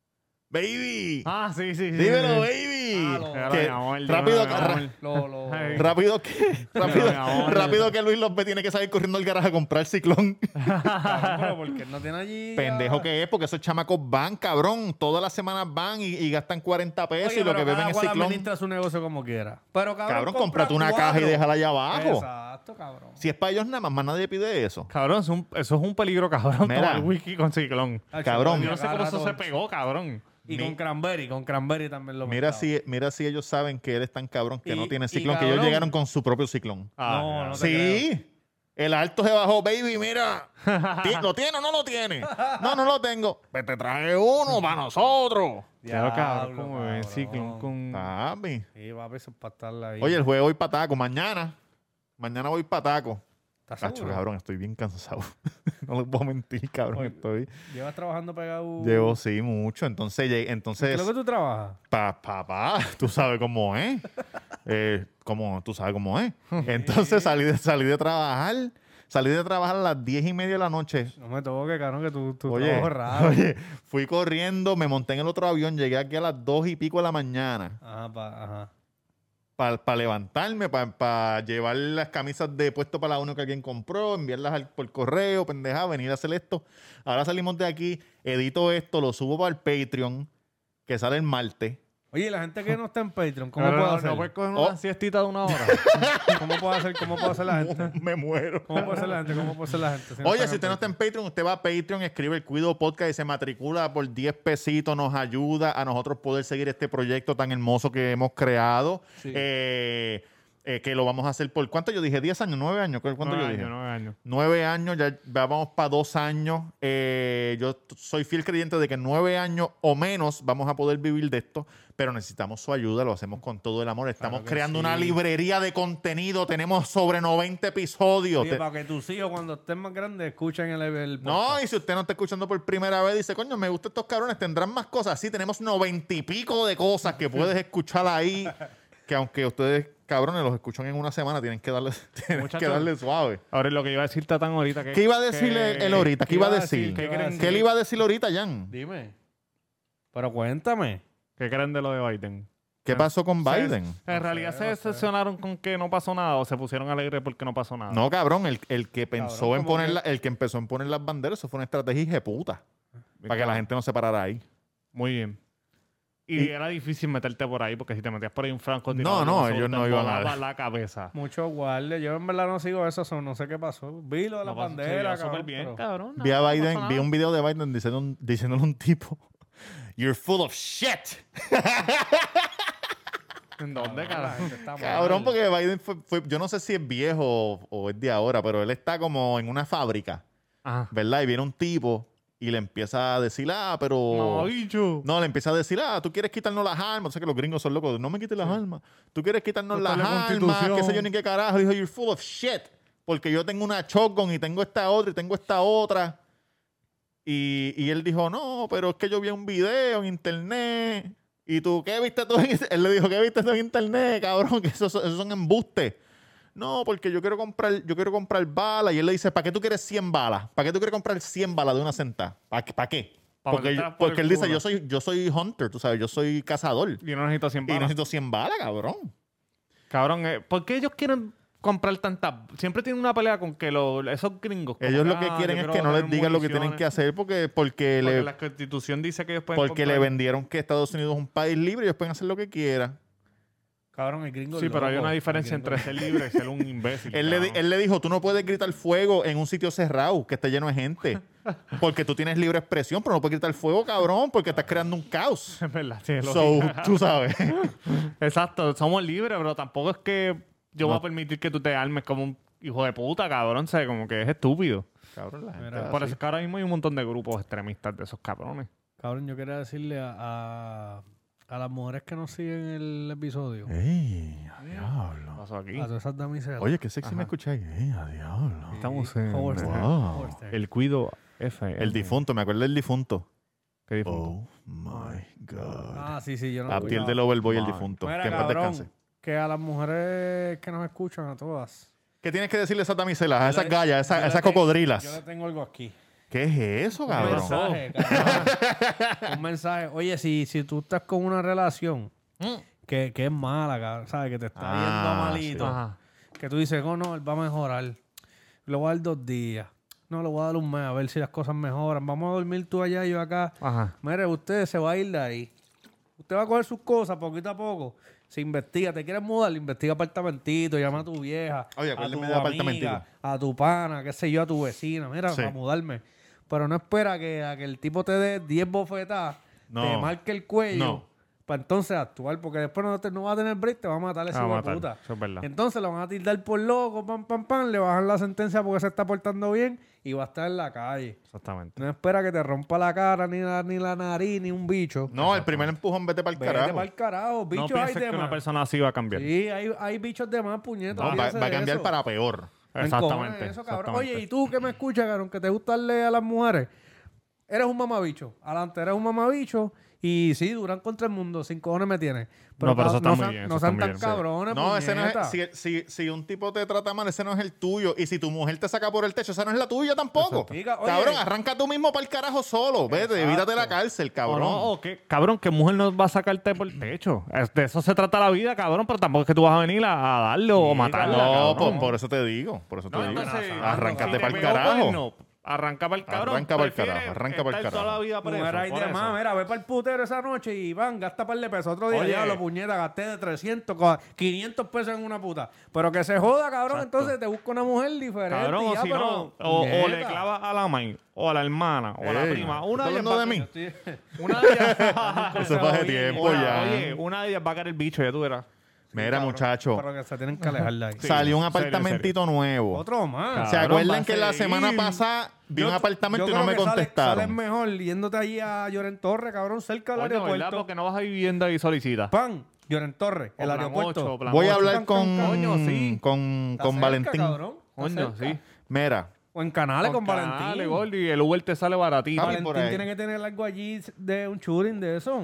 ¡Baby! Ah, sí, sí, sí. ¡Dímelo, sí. baby! Ah, Que mi amor, rápido, dímelo, mi amor. Ay. rápido que... Rápido, mi amor. rápido que Luis López tiene que salir corriendo al garaje a comprar ciclón. Pero porque no tiene allí. Pendejo que es, porque esos chamacos van, cabrón. Todas las semanas van y gastan 40 pesos Oye, y lo pero que beben cada es cual ciclón. administra su negocio como quiera. Pero Cabrón, compra cómprate una 4. caja y déjala allá abajo. Exacto, cabrón. Si es para ellos nada más nadie pide eso. Cabrón, eso es un peligro, cabrón. Mira. Tomar whisky con ciclón. Ay, Cabrón. coño, Yo no sé cada cómo eso rato. se pegó, cabrón. Y Mi- con cranberry también lo Mira mezclaba. mira si ellos saben que él es tan cabrón que Y- no tiene y ciclón, que ellos cabrón. llegaron con su propio ciclón. No, no te Sí. El alto se bajó, baby, mira. ¿Lo tiene o no lo tiene? No, no lo tengo. Pues te traje uno para nosotros. Claro, cabrón, Diablo, como beben cabrón. ciclón con... Papi. Sí, papi, eso es para estarla ahí. Oye, el juego voy para Taco. Mañana voy para Taco. ¿estás Cacho, seguro? cabrón, estoy bien cansado. No les puedo mentir, cabrón. Estoy... ¿Llevas trabajando pegado? Llevo, sí, mucho. Entonces, ¿Qué es lo que tú trabajas? papá, tú sabes cómo es. Tú sabes cómo es. Entonces salí de trabajar. Salí de trabajar a las 10:30 de la noche. No me toques, cabrón, que tú Oye, trabajas raro. oye, fui corriendo, me monté en el otro avión, llegué aquí a las 2:00 de la mañana Ajá. para levantarme, para llevar las camisas de puesto para la uno que alguien compró, enviarlas por correo, pendeja, venir a hacer esto. Ahora salimos de aquí, edito esto, lo subo para el Patreon, que sale el martes. Oye, la gente que no está en Patreon, ¿cómo Pero puede no, hacer? no puedes coger Oh. una siestita de una hora. ¿Cómo puede hacer la gente? Me muero. ¿Cómo puede hacer la gente? ¿Cómo puede hacer la gente? Oye, si usted no está en Patreon, usted va a Patreon, escribe el Cuido Podcast y se matricula por 10 pesitos. Nos ayuda a nosotros poder seguir este proyecto tan hermoso que hemos creado. Sí. Que lo vamos a hacer por... ¿Cuánto yo dije? ¿10 años? ¿9 años? ¿Cuánto yo dije? 9 años. 9 años, ya vamos para 2 años. Yo soy fiel creyente de que 9 años o menos vamos a poder vivir de esto, pero necesitamos su ayuda, lo hacemos con todo el amor. Estamos Claro que creando sí. una librería de contenido, tenemos sobre 90 episodios. Oye, para que tus hijos cuando estén más grandes escuchen el No, podcast. y si usted no está escuchando por primera vez, dice, coño, me gustan estos cabrones, tendrán más cosas. Sí, tenemos 90 y pico de cosas que puedes escuchar ahí, que aunque ustedes, cabrones, los escuchan en una semana, tienen que darle, Muchachos. suave. Ahora, lo que iba a decir Tatán ahorita... ¿Qué iba a decirle él ahorita? ¿Qué iba a decir? ¿Qué creen? ¿Qué le iba a decir ahorita, Jan? Dime. Pero cuéntame. ¿Qué creen de lo de Biden? ¿Qué pasó con Biden? ¿En realidad se decepcionaron con que no pasó nada o se pusieron alegres porque no pasó nada? No, cabrón, el que pensó Cabrón, en como poner que- el que empezó en poner las banderas, eso fue una estrategia hijeputa. Para que la gente no se parara ahí. Muy bien. Y era difícil meterte por ahí porque si te metías por ahí un francotirador... No, eso ellos te no iban a- volaba la cabeza. Muchos guardias. Yo en verdad no sigo eso, no sé qué pasó. Vi lo de la No pasó- bandera, se vio súper cabrón, bien, pero- cabrón. Vi a no Biden, pasó vi nada. un video de Biden diciéndole a un tipo, "You're full of shit." ¿En dónde, La carajo? gente está Cabrón, mal. porque Biden yo no sé si es viejo o es de ahora, pero él está como en una fábrica, Ajá. ¿verdad? Y viene un tipo y le empieza a decir, pero... No, bicho. No, le empieza a decir, tú quieres quitarnos las armas. O sea que los gringos son locos. No me quites las armas. Tú quieres quitarnos Esta las es la armas. Constitución. Qué sé yo ni qué carajo. Dijo, "You're full of shit." Porque yo tengo una shotgun y tengo esta otra y tengo esta otra. Y él dijo, no, pero es que yo vi un video en internet. ¿Y tú qué viste tú? Él le dijo, ¿qué viste tú en internet, cabrón? Que esos son embustes. No, porque yo quiero comprar balas. Y él le dice, ¿para qué tú quieres 100 balas? ¿Para qué tú quieres comprar 100 balas de una sentada? ¿Para qué? Pa' Porque, metértelas por porque el él dice, culo. yo soy hunter, tú sabes, yo soy cazador. Y no necesito 100 Y balas. necesito 100 balas, cabrón. Cabrón, ¿por qué ellos quieren comprar tantas? Siempre tienen una pelea con que esos gringos. como Ellos lo que yo quieren es quiero que no les tener digan lo que tienen municiones. que hacer porque Porque le, la Constitución dice que ellos pueden porque le comprar. vendieron que Estados Unidos es un país libre y ellos pueden hacer lo que quieran. Cabrón, el gringo Sí, es pero hay loco. una diferencia El gringo entre ser libre y ser un imbécil. Él cabrón. le dijo, tú no puedes gritar fuego en un sitio cerrado que esté lleno de gente. Porque tú tienes libre expresión, pero no puedes gritar fuego, cabrón, porque estás creando un caos. Es verdad, sí, es So, lógica. tú sabes. Exacto, somos libres, pero tampoco es que yo voy No. a permitir que tú te armes como un hijo de puta, cabrón. O sea, como que es estúpido. Cabrón, la gente Mira, es Por así. eso es que ahora mismo hay un montón de grupos extremistas de esos cabrones. Cabrón, yo quería decirle a las mujeres que nos siguen el episodio, ¡Ey, a ¿Qué diablo! pasó aquí? a todas esas damiselas. Oye, qué sexy Ajá. me escucháis. ¡Ey, a diablo! Estamos en Howard Stern, Wow. Howard Stern. el cuido F. El difunto, me acuerdo del difunto. ¿Qué difunto? Oh, my God. Ah, sí, yo no A piel del Overboy, el Madre. difunto. Mira, Que en paz cabrón, descanse. que a las mujeres que nos escuchan, a todas. ¿Qué tienes que decirle a esas damiselas, a esas gallas, yo a le esas tengo- cocodrilas? Yo le tengo algo aquí. ¿Qué es eso, Un cabrón? mensaje, cabrón. Un mensaje. Oye, si tú estás con una relación que es mala, cabrón, ¿sabes? Que te está yendo malito. Ajá. Que tú dices, oh, no, él va a mejorar. Le voy a dar 2 días. No, le voy a dar un mes a ver si las cosas mejoran. Vamos a dormir tú allá y yo acá. Ajá. Mire, usted se va a ir de ahí. Usted va a coger sus cosas poquito a poco. Se investiga. ¿Te quieres mudar? Investiga apartamentito. Llama a tu vieja. Oye, a tu acuérdeme de apartamentito. amiga, a tu pana, qué sé yo, a tu vecina. Mira, Sí. para mudarme. Pero no espera a que el tipo te dé 10 bofetadas, No. te marque el cuello, No. para entonces actuar. Porque después no va a tener break, te va a matar ese Va a hijo de matar, puta. eso es verdad. Entonces lo van a tildar por loco, pam, pam, pam. Le bajan la sentencia porque se está portando bien y va a estar en la calle. Exactamente. No espera que te rompa la cara, ni la nariz, ni un bicho. No, el primer empujón, vete para el Vete carajo. para el carajo. No Bichos hay pienses de que una más. persona así va a cambiar. Sí, hay bichos de más, puñetas. No, va olvídese a de cambiar eso. para peor. Me Exactamente. encojona eso, cabrón. exactamente. Oye, y tú que me escuchas, cabrón, que te gusta darle a las mujeres, eres un mamabicho. Adelante, eres un mamabicho. Y sí, duran contra el mundo. 5 cojones me tienes. No, pero eso está muy sean- bien, No eso sean está tan muy bien. cabrones, No, ese no puñeta. es. Si un tipo te trata mal, ese no es el tuyo. Y si tu mujer te saca por el techo, esa no es la tuya tampoco. Exacto. Diga, oye. Cabrón, arranca tú mismo para el carajo solo. Vete, Exacto. evítate la cárcel, O cabrón. no, o que, cabrón, que mujer no va a sacarte por el techo. De eso se trata la vida, cabrón, pero tampoco es que tú vas a venir a darle o matarla. No, cabrón. por eso te digo. Por eso te No, digo. entonces, Arráncate si te para el pegó carajo. cuerno, arranca para el cabrón. Arranca pa'l Prefieres carajo, arranca pa'l estar toda carajo. la vida preso, Mujer hay por de eso. más, mira, ve para el putero esa noche y van, gasta par de pesos. Otro día, Oye. diablo, puñeta, gasté de 300, 500 pesos en una puta. Pero que se joda, cabrón, Exacto. entonces te busca una mujer diferente. Cabrón, y o ya, si pero, no, o le puñeta. clavas a la maíz, o a la hermana, o a la Ey, prima. Una ¿estás de ellas hablando va de a- mí? Una de ellas Eso fue hace tiempo ya. Oye, una de ellas va a caer el bicho, ya tú verás. Mira, muchacho. Pero que se tienen que alejar de ahí. Sí. Salió un serio, apartamentito nuevo. Otro más. ¿Se Cabrón, va acuerdan a que la seguir. semana pasada vi un apartamento y yo no me creo que sales contestaron? mejor yéndote allí a Lloren Torre, cabrón, cerca del Coño, ¿verdad? aeropuerto. Porque no vas a ir vivienda y solicitas. Pan, Lloren Torre, el O Plan aeropuerto. 8, Plan Voy a 8. hablar con, Coño, sí. con Está cerca, Valentín. cabrón. Está Coño, cerca. sí. Mira, O en Canales con Canales, Valentín. Gordy, y el Uber te sale baratito. Papi, por Valentín ahí. tiene que tener algo allí de un shooting de eso.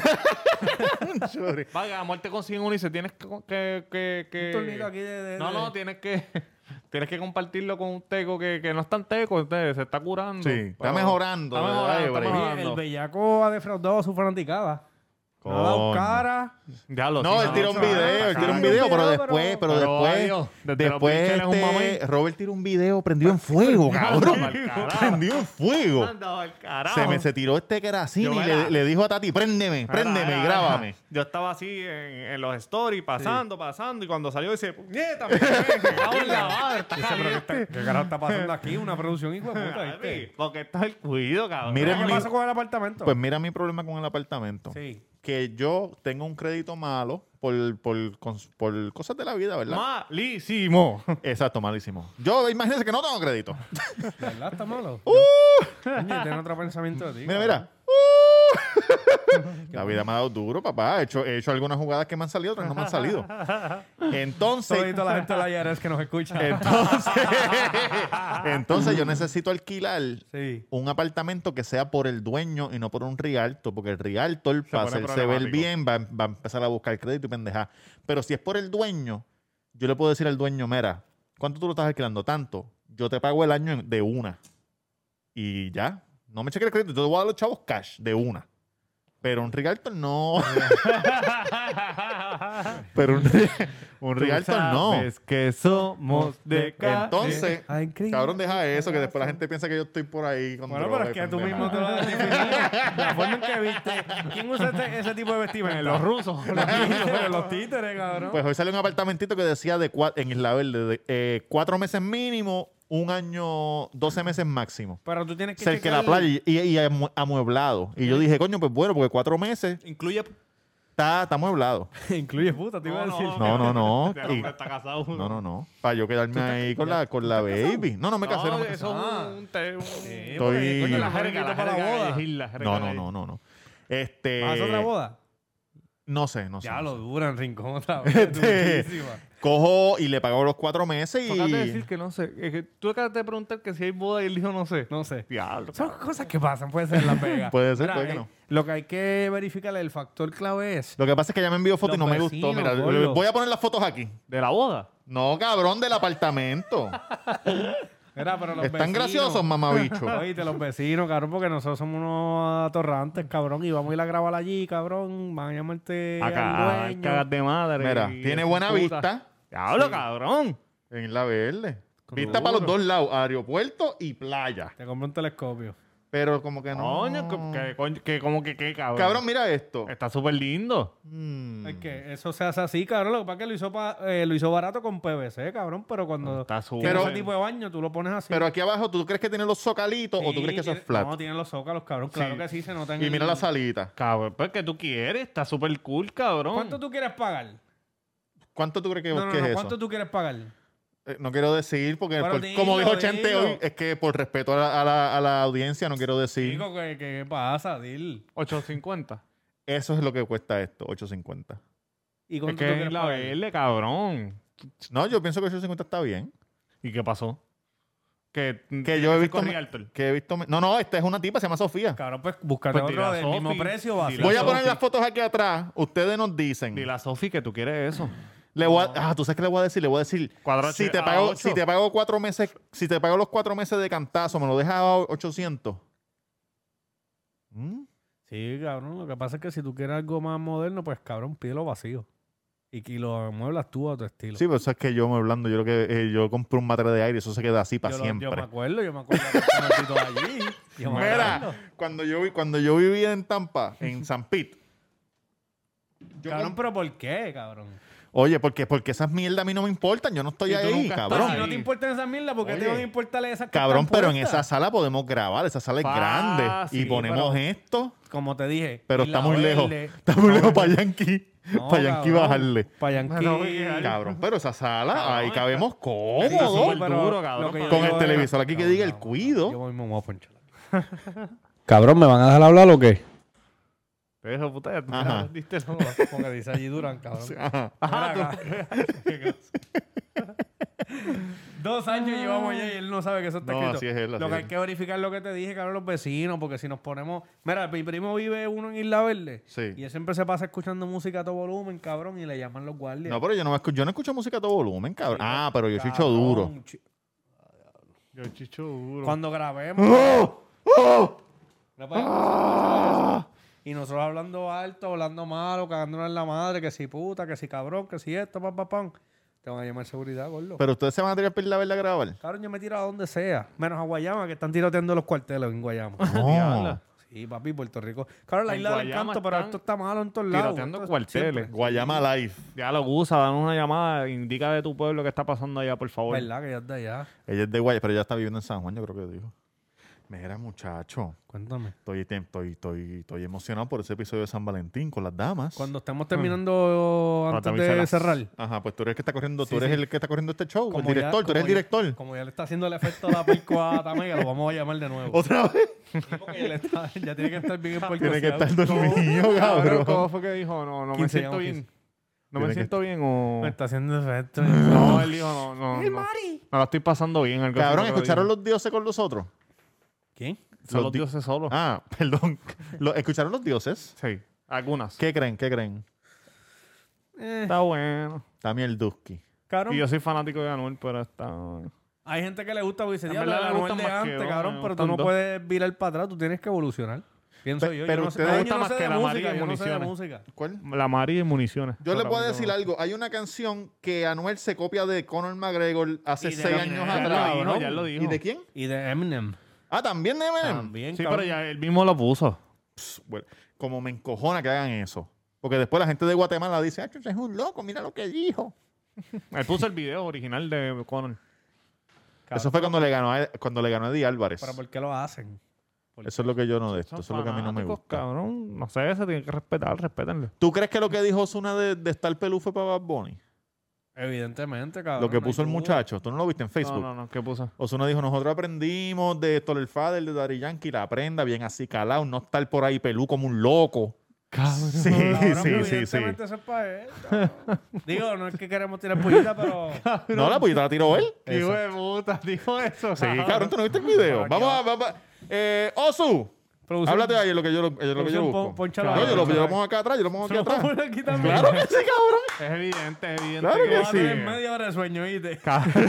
Vaya, amor, te consiguen uno y dice, tienes que... Un tornito aquí de... No, tienes que... Tienes que compartirlo con un teco que no es tan teco, entonces se está curando. Sí, está Pero- mejorando, Está ¿verdad? mejorando, está Oye, Oye, mejorando. el bellaco ha defraudado a su fanaticada. No ha dado Coño. cara. Ya lo No, sí, él tiró un no, video, él no, tiró un no, video, no, pero pero- después, pero, adiós, desde los después pinches es un mamey. Robert tiró un video prendido en fuego, cabrón. Anda pa'l carajo. Prendido en fuego. Anda al carajo. Se tiró este kerosene Yo, y mira. le dijo a Tati, préndeme y grábame. Yo estaba así en los stories, pasando, y cuando salió dice, puñeta, me cago en la madre, está caliente. ¿Qué carajo está pasando aquí? Una producción hijo de puta, ¿viste? Porque está el cuido, cabrón. Miren ¿Qué mi- pasó con el apartamento? Pues mira mi problema con el apartamento. sí. Que yo tengo un crédito malo por cosas de la vida, ¿verdad? Malísimo. Exacto, malísimo. Yo, imagínense que no tengo crédito. ¿Verdad? Está malo. Coño, y tiene otro pensamiento de ti. Mira, cabrón. mira. La vida me ha dado duro, papá. He hecho algunas jugadas que me han salido, otras no me han salido. Entonces, Todito la gente de la IRS que nos escucha. entonces yo necesito alquilar Sí. un apartamento que sea por el dueño y no por un realtor, porque el realtor, para pone hacerse ver problemático. bien, va a empezar a buscar crédito y pendeja. Pero si es por el dueño, yo le puedo decir al dueño, mira, ¿cuánto tú lo estás alquilando? Tanto. Yo te pago el año de una. Y ya. No me cheques el crédito. Yo te voy a dar a los chavos cash de una. Pero un realtor no. Pero un realtor no. Sabes que somos de carne. Entonces, Ah, increíble. cabrón, deja eso, que después la gente piensa que yo estoy por ahí con Bueno, droga pero es y que tú pendeja. mismo te lo has definido. La forma en que viste. ¿Quién usa ese tipo de vestimenta? Los rusos. Los títeres, cabrón. Pues hoy salió un apartamentito que decía en Isla Verde, 4 meses mínimo, un año, 12 meses máximo. Pero tú tienes que Cerca de la checar- playa y amueblado. Y yo dije, coño, pues bueno, porque 4 meses Incluye... está amueblado. Incluye puta, te iba a decir. No. El hombre está casado. No. Para yo quedarme ahí con la baby. No me casé, no me casé. Eso Ah. es un... un Sí, Estoy- porque, coño, la mejor jerga, invito para la boda. No. ¿Vas a hacer otra boda? No sé. Ya no lo sé. dura en Rincón otra vez. Este- Durísima. Cojo y le pago los 4 meses Tú acabas de y... decir que no sé. Es que tú acabas de preguntar que si hay boda y él dijo no sé. No sé. Diablo. Son cosas que pasan, puede ser en Las Vegas. Puede ser, Mira, puede que no. Lo que hay que verificar, el factor clave es... Lo que pasa es que ya me envió fotos y Los no me gustó. vecinos, Mira, gordo. voy a poner las fotos aquí. ¿De la boda? No, cabrón, del apartamento. Mira, pero los Están vecinos- graciosos, mamabicho. Oíste, los vecinos, cabrón, porque nosotros somos unos atorrantes, cabrón, y vamos a ir a grabar allí, cabrón. Van a llamarte Acá, al dueño. cagas de madre. Mira, y tiene es buena puta. vista Diablo, cabrón. en Isla Verde. Vista Duro. para los dos lados, aeropuerto y playa. Te compré un telescopio. Pero como que no. Coño, como que qué, cabrón. Cabrón, mira esto. Está súper lindo. Es que eso se hace así, cabrón. Lo que pasa es que lo hizo barato con PVC, cabrón. Pero cuando Está súper. tienes ese Pero- tipo de baño, tú lo pones así. Pero aquí abajo, ¿tú crees que tiene los zocalitos o tú Sí, crees que eso es tiene- flat? No, tiene los zócalos, cabrón. Claro Sí. que sí, se nota en Y el- mira la salita. Cabrón, pues que tú quieres. Está súper cool, cabrón. ¿Cuánto tú quieres pagar? ¿Cuánto tú crees que, No, que es eso? ¿cuánto tú quieres pagar? No quiero decir, porque Pero como dilo, dijo Chente dilo. hoy, es que por respeto a la audiencia no quiero decir. Digo, ¿qué pasa, Dil? 850. Eso es lo que cuesta esto, 850. ¿Y Es cuánto tú que quieres es la pagar? verde, cabrón. No, yo pienso que 850 está bien. ¿Y qué pasó? Que yo he visto- con Realtor. Que he visto... No, esta es una tipa, se llama Sofía. Cabrón, pues búscate Pues dile otro a del Sofi, mismo precio o así. dile Voy a Sofi. poner las fotos aquí atrás. Ustedes nos dicen. Dile a Sofi que tú quieres eso. Tú sabes qué le voy a decir. Le voy a decir, Cuadro si a te pago, 8. si te pago 4 meses, si te pago los 4 meses de cantazo, me lo dejas a 800. ¿Mm? Sí, cabrón. Lo que pasa es que si tú quieres algo más moderno, pues cabrón, pídelo vacío. Y lo amueblas tú a tu estilo. Sí, pero eso es que yo me hablando, yo creo que yo compré un matre de aire y eso se queda así para Yo siempre. me acuerdo que metí todo allí. Yo me Mira, acuerdo. cuando yo vivía en Tampa, en San Pete, Cabrón, pero ¿por qué, cabrón? oye, porque esas mierdas a mí no me importan, yo no estoy Y tú ahí, nunca estás cabrón. Si no ahí. te importan esas mierdas, ¿por qué te Oye, van a importarle esas que Cabrón, están pero en puestas? esa sala podemos grabar, esa sala es grande y sí, ponemos pero- esto, Como te dije. pero Isla está muy lejos. Verde. Está muy lejos para Yankee. No, para Yankee cabrón. bajarle. Para Yankee. Bueno, oye, Cabrón, pero esa sala, Cabrón, ahí está- cabemos Sí, cómodo. súper pero duro, cabrón, lo que yo Con digo el es- televisor aquí que diga el cuido. Yo mismo me voy a ponchar. Cabrón, ¿me van a dejar hablar o qué? Pero puta, ya tú Ajá. te diste todo. Porque dice allí Durán, cabrón. Ajá. Ajá, Mira, 2 años llevamos ya y él no sabe que eso está No, escrito. así es él, así Lo que es hay él. que verificar es lo que te dije, cabrón, los vecinos, porque si nos ponemos... Mira, mi primo vive uno en Isla Verde Sí. y él siempre se pasa escuchando música a todo volumen, cabrón, y le llaman los guardias. No, pero yo no escucho música a todo volumen, cabrón. Ah, pero yo chicho Cabrón, duro. Yo chicho duro. Cuando grabemos... Mira para allá, y nosotros hablando alto, hablando malo, cagándonos en la madre, que si puta, que si cabrón, que si esto, pam. Te van a llamar seguridad, gordo. Pero ustedes se van a tirar por la verla a grabar. Cabrón, yo me tiro a donde sea. Menos a Guayama, que están tiroteando los cuarteles en Guayama. No. Sí, papi, Puerto Rico. Claro, la En isla del Guayama encanto, pero están esto está malo en todos lados. tiroteando Esto es cuarteles. siempre. Guayama Live. Ya lo usa, danos una llamada, indica de tu pueblo qué está pasando allá, por favor. ¿Verdad? Que ya está allá. Ella es de Guayama, pero ella está viviendo en San Juan, yo creo que dijo. Mira, muchacho. Cuéntame. Estoy emocionado por ese episodio de San Valentín con las damas. Cuando estemos terminando antes de cerrar. Ajá, pues tú eres el que está corriendo, Sí, sí. el que está corriendo este show, Como el director, ya- tú eres el como ya- director. Como ya le está haciendo el efecto a la Pilco a Tamega, lo vamos a llamar de nuevo. ¿Otra vez? Sí, porque ya tiene que estar bien en Tiene que estar dormido, cabrón. ¿Cómo fue que dijo? No me 15 siento llamos bien. 15. No me Tiene que- siento bien o... Me está haciendo efecto. No, él dijo no. No la estoy pasando bien. algo así Cabrón, fue que ¿escucharon dijo. los dioses con los otros? ¿Quién? Son los los di- dioses solos. Ah, perdón. ¿Escucharon los dioses? Sí, algunas. ¿Qué creen? Está bueno. También el Dusky. Cabrón, Y yo soy fanático de Anuel, pero está... hay gente que le gusta porque dice, En diablo, verdad el me Anuel gustan de más que antes, dos, cabrón, me pero tú gustan no dos. puedes virar para atrás, tú tienes que evolucionar. Pienso Pe- yo. pero yo no ustedes- sé, Me yo gusta no más sé que de la música, María y yo no sé de Municiones. música. ¿Cuál? La María y Municiones. Yo le Otra puedo cosa decir no. algo. Hay una canción que Anuel se copia de Conor McGregor hace Y de 6 Eminem. años Ya atrás. lo dijo, ya lo dijo. ¿Y de quién? Y de Eminem. Ah, también de Eminem. También, Sí, cabrón. pero ya él mismo lo puso. Bueno, como me encojona que hagan eso. Porque después la gente de Guatemala dice, ah, es un loco, mira lo que dijo. Él puso el video original de Conor. Eso fue cuando le ganó a Eddie Álvarez. ¿Pero por qué lo hacen? Eso es lo que yo no de esto. Son Eso es lo que a mí no me fanáticos, gusta. Cabrón, no sé, se tiene que respetar, respétenlo. ¿Tú crees que lo que dijo Ozuna de estar pelú fue para Bad Bunny? Evidentemente, cabrón. Lo que no puso hay el duda. muchacho. ¿Tú no lo viste en Facebook? No, ¿qué puso? Ozuna dijo, nosotros aprendimos de Héctor el Father, de Daddy Yankee, la prenda bien así calado, no estar por ahí pelú como un loco. Sí, Cabrón, pero sí. evidentemente eso es para él. cabrón. Digo, no es que queremos tirar pullita, pero... No, la pollita la tiró él. Hijo de puta, dijo eso. Sí, cabrón, ¿tú no viste el video? Vamos a... Ozu, Producción- háblate ahí, es lo que yo Producción, busco. pónchalo No, ahí. yo lo pongo acá atrás, yo lo pongo aquí Se lo atrás. vamos a poner aquí también. Claro que sí, cabrón. Es evidente Claro que que Vas a sí. tener media hora de sueño, ¿oíste?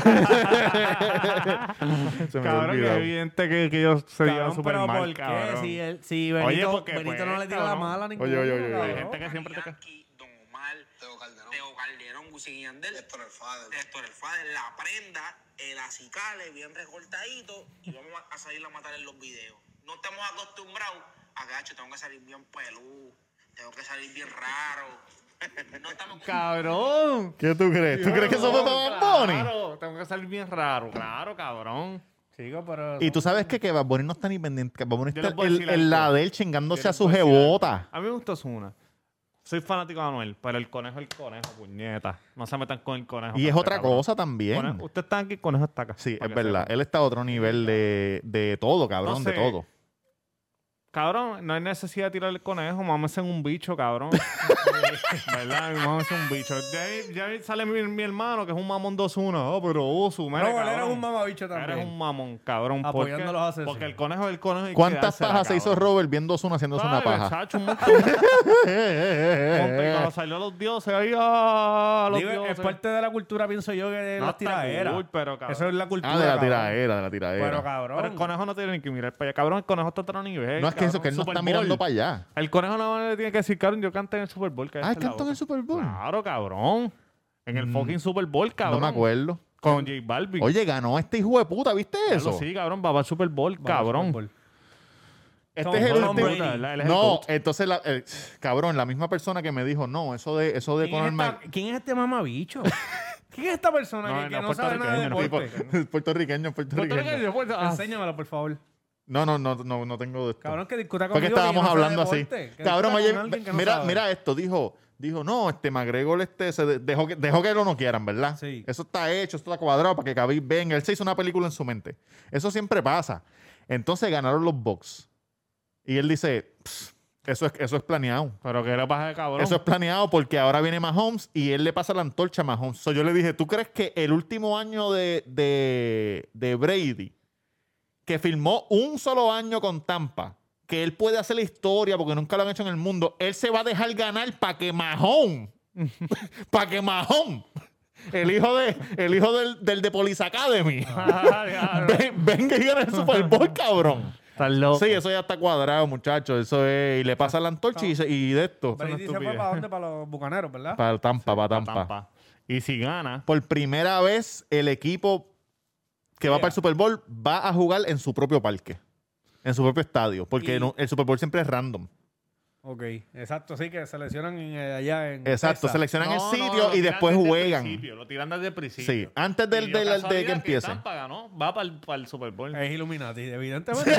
Se me Cabrón, que olvidó. es evidente que ellos se llevan Cabrón, súper pero mal, ¿por qué? cabrón. Si Oye, Benito, porque, Benito pues, no le tira la cabrón. mala a ninguno. Oye, cabrón. Hay gente que siempre te... Yankee, Don Omar, Teo Calderón, Wisin y Yandel, Héctor el Father, La Prenda, el Acicale, bien recortadito, y vamos a salir a matar en los videos. No estamos acostumbrados a que, "Acho, tengo que salir bien pelú, tengo que salir bien raro. No estamos ¡Cabrón! ¿Qué tú crees? ¿Tú crees que eso fue para Bad Bunny? Claro, tengo que salir bien raro. Claro, cabrón. Chico, pero... Y tú sabes que Bad Bunny no está ni pendiente. que Bad Bunny Yo está les voy a decir en la algo. de él chingándose Yo a les su voy a decir jebota. A mí me gustó Ozuna. Soy fanático de Anuel, pero el conejo, puñeta. No se metan con el conejo. Y es canto, otra cabrón. cosa también. Conejo- usted está aquí, el conejo está acá. Sí, Para es que verdad. sepa. Él está a otro nivel de todo, cabrón, No de sé. todo. Cabrón, no hay necesidad de tirar el conejo, mámese en un bicho, cabrón. ¿Verdad? Mámese en un bicho. Ya ahí sale mi hermano, que es un mamón 2-1. Oh, pero Osu, mira, No, él cabrón. era un mamabicho Eres también. un mamón, cabrón. ¿Por Apoyando qué? a los asesinos. Porque el conejo es el conejo. hay que ¿Cuántas dársela, pajas se hizo cabrón. Robert viendo Ozuna haciéndose una Ay, paja? chacho, un montón. Cuando salió los dioses ahí a los Digo, dioses. es parte de la cultura, pienso yo, que es No la está tiraera. cool, pero, cabrón. Eso es la cultura, Ah, de la cabrón. tiraera, de la tiraera. Pero, cabrón. Pero el conejo no tiene ni que mirar para allá. Cabrón, el conejo está a otro nivel. No es que eso, cabrón. que él no Super está Bowl. mirando para allá. El conejo no le tiene que decir, cabrón, yo canté en el Super Bowl. Ah, él cantó en el Super Bowl. Claro, cabrón. En el fucking Super Bowl, cabrón. No me acuerdo. Con J Balvin. Oye, ganó este hijo de puta, ¿viste Claro, eso? sí, cabrón, va para el Super Bowl, cabrón. Este es el Tom último. Brady. Él es el No, coach. entonces, cabrón, la misma persona que me dijo, no, eso de Conor McGregor. ¿Quién es este mamabicho? ¿Quién es esta persona No, que no, no sabe nada de puertorriqueño, deporte? Puertorriqueño. Enséñamelo, por favor. No tengo de esto. Cabrón, que discuta Fue conmigo. que estábamos no sabe hablando así. deporte, que Cabrón, discuta oye, con alguien que no mira, sabe. mira esto. Dijo, no, McGregor dejó que lo no quieran, ¿verdad? Sí. Eso está hecho, esto está cuadrado para que Khabib venga. Él se hizo una película en su mente. Eso siempre pasa. Entonces ganaron los Bucks. Y él dice, eso es planeado. Pero que le pasa de cabrón. Eso es planeado porque ahora viene Mahomes y él le pasa la antorcha a Mahomes. So, yo le dije, ¿tú crees que el último año de Brady, que filmó un solo año con Tampa, que él puede hacer la historia porque nunca lo han hecho en el mundo, él se va a dejar ganar para que Mahomes, el hijo del de Police Academy, venga y gane el Super Bowl, cabrón? Estás loco. Sí, eso ya está cuadrado, muchachos. Eso es. Y le pasa la antorcha y de esto. Brady se fue para dónde? Para los bucaneros, ¿verdad? Para Tampa, para Pa' Tampa. Y si gana, Por primera vez, el equipo que va para el Super Bowl va a jugar en su propio parque. En su propio estadio. Porque Y- el Super Bowl siempre es random. Ok, exacto, sí, que seleccionan allá en Exacto, Texas. seleccionan el No, sitio lo y tiran después desde el juegan. principio, lo tiran desde el principio. Sí, antes Y del dio de casualidad que empiece. Tampa ganó, va para el Super Bowl. Es Illuminati, evidentemente.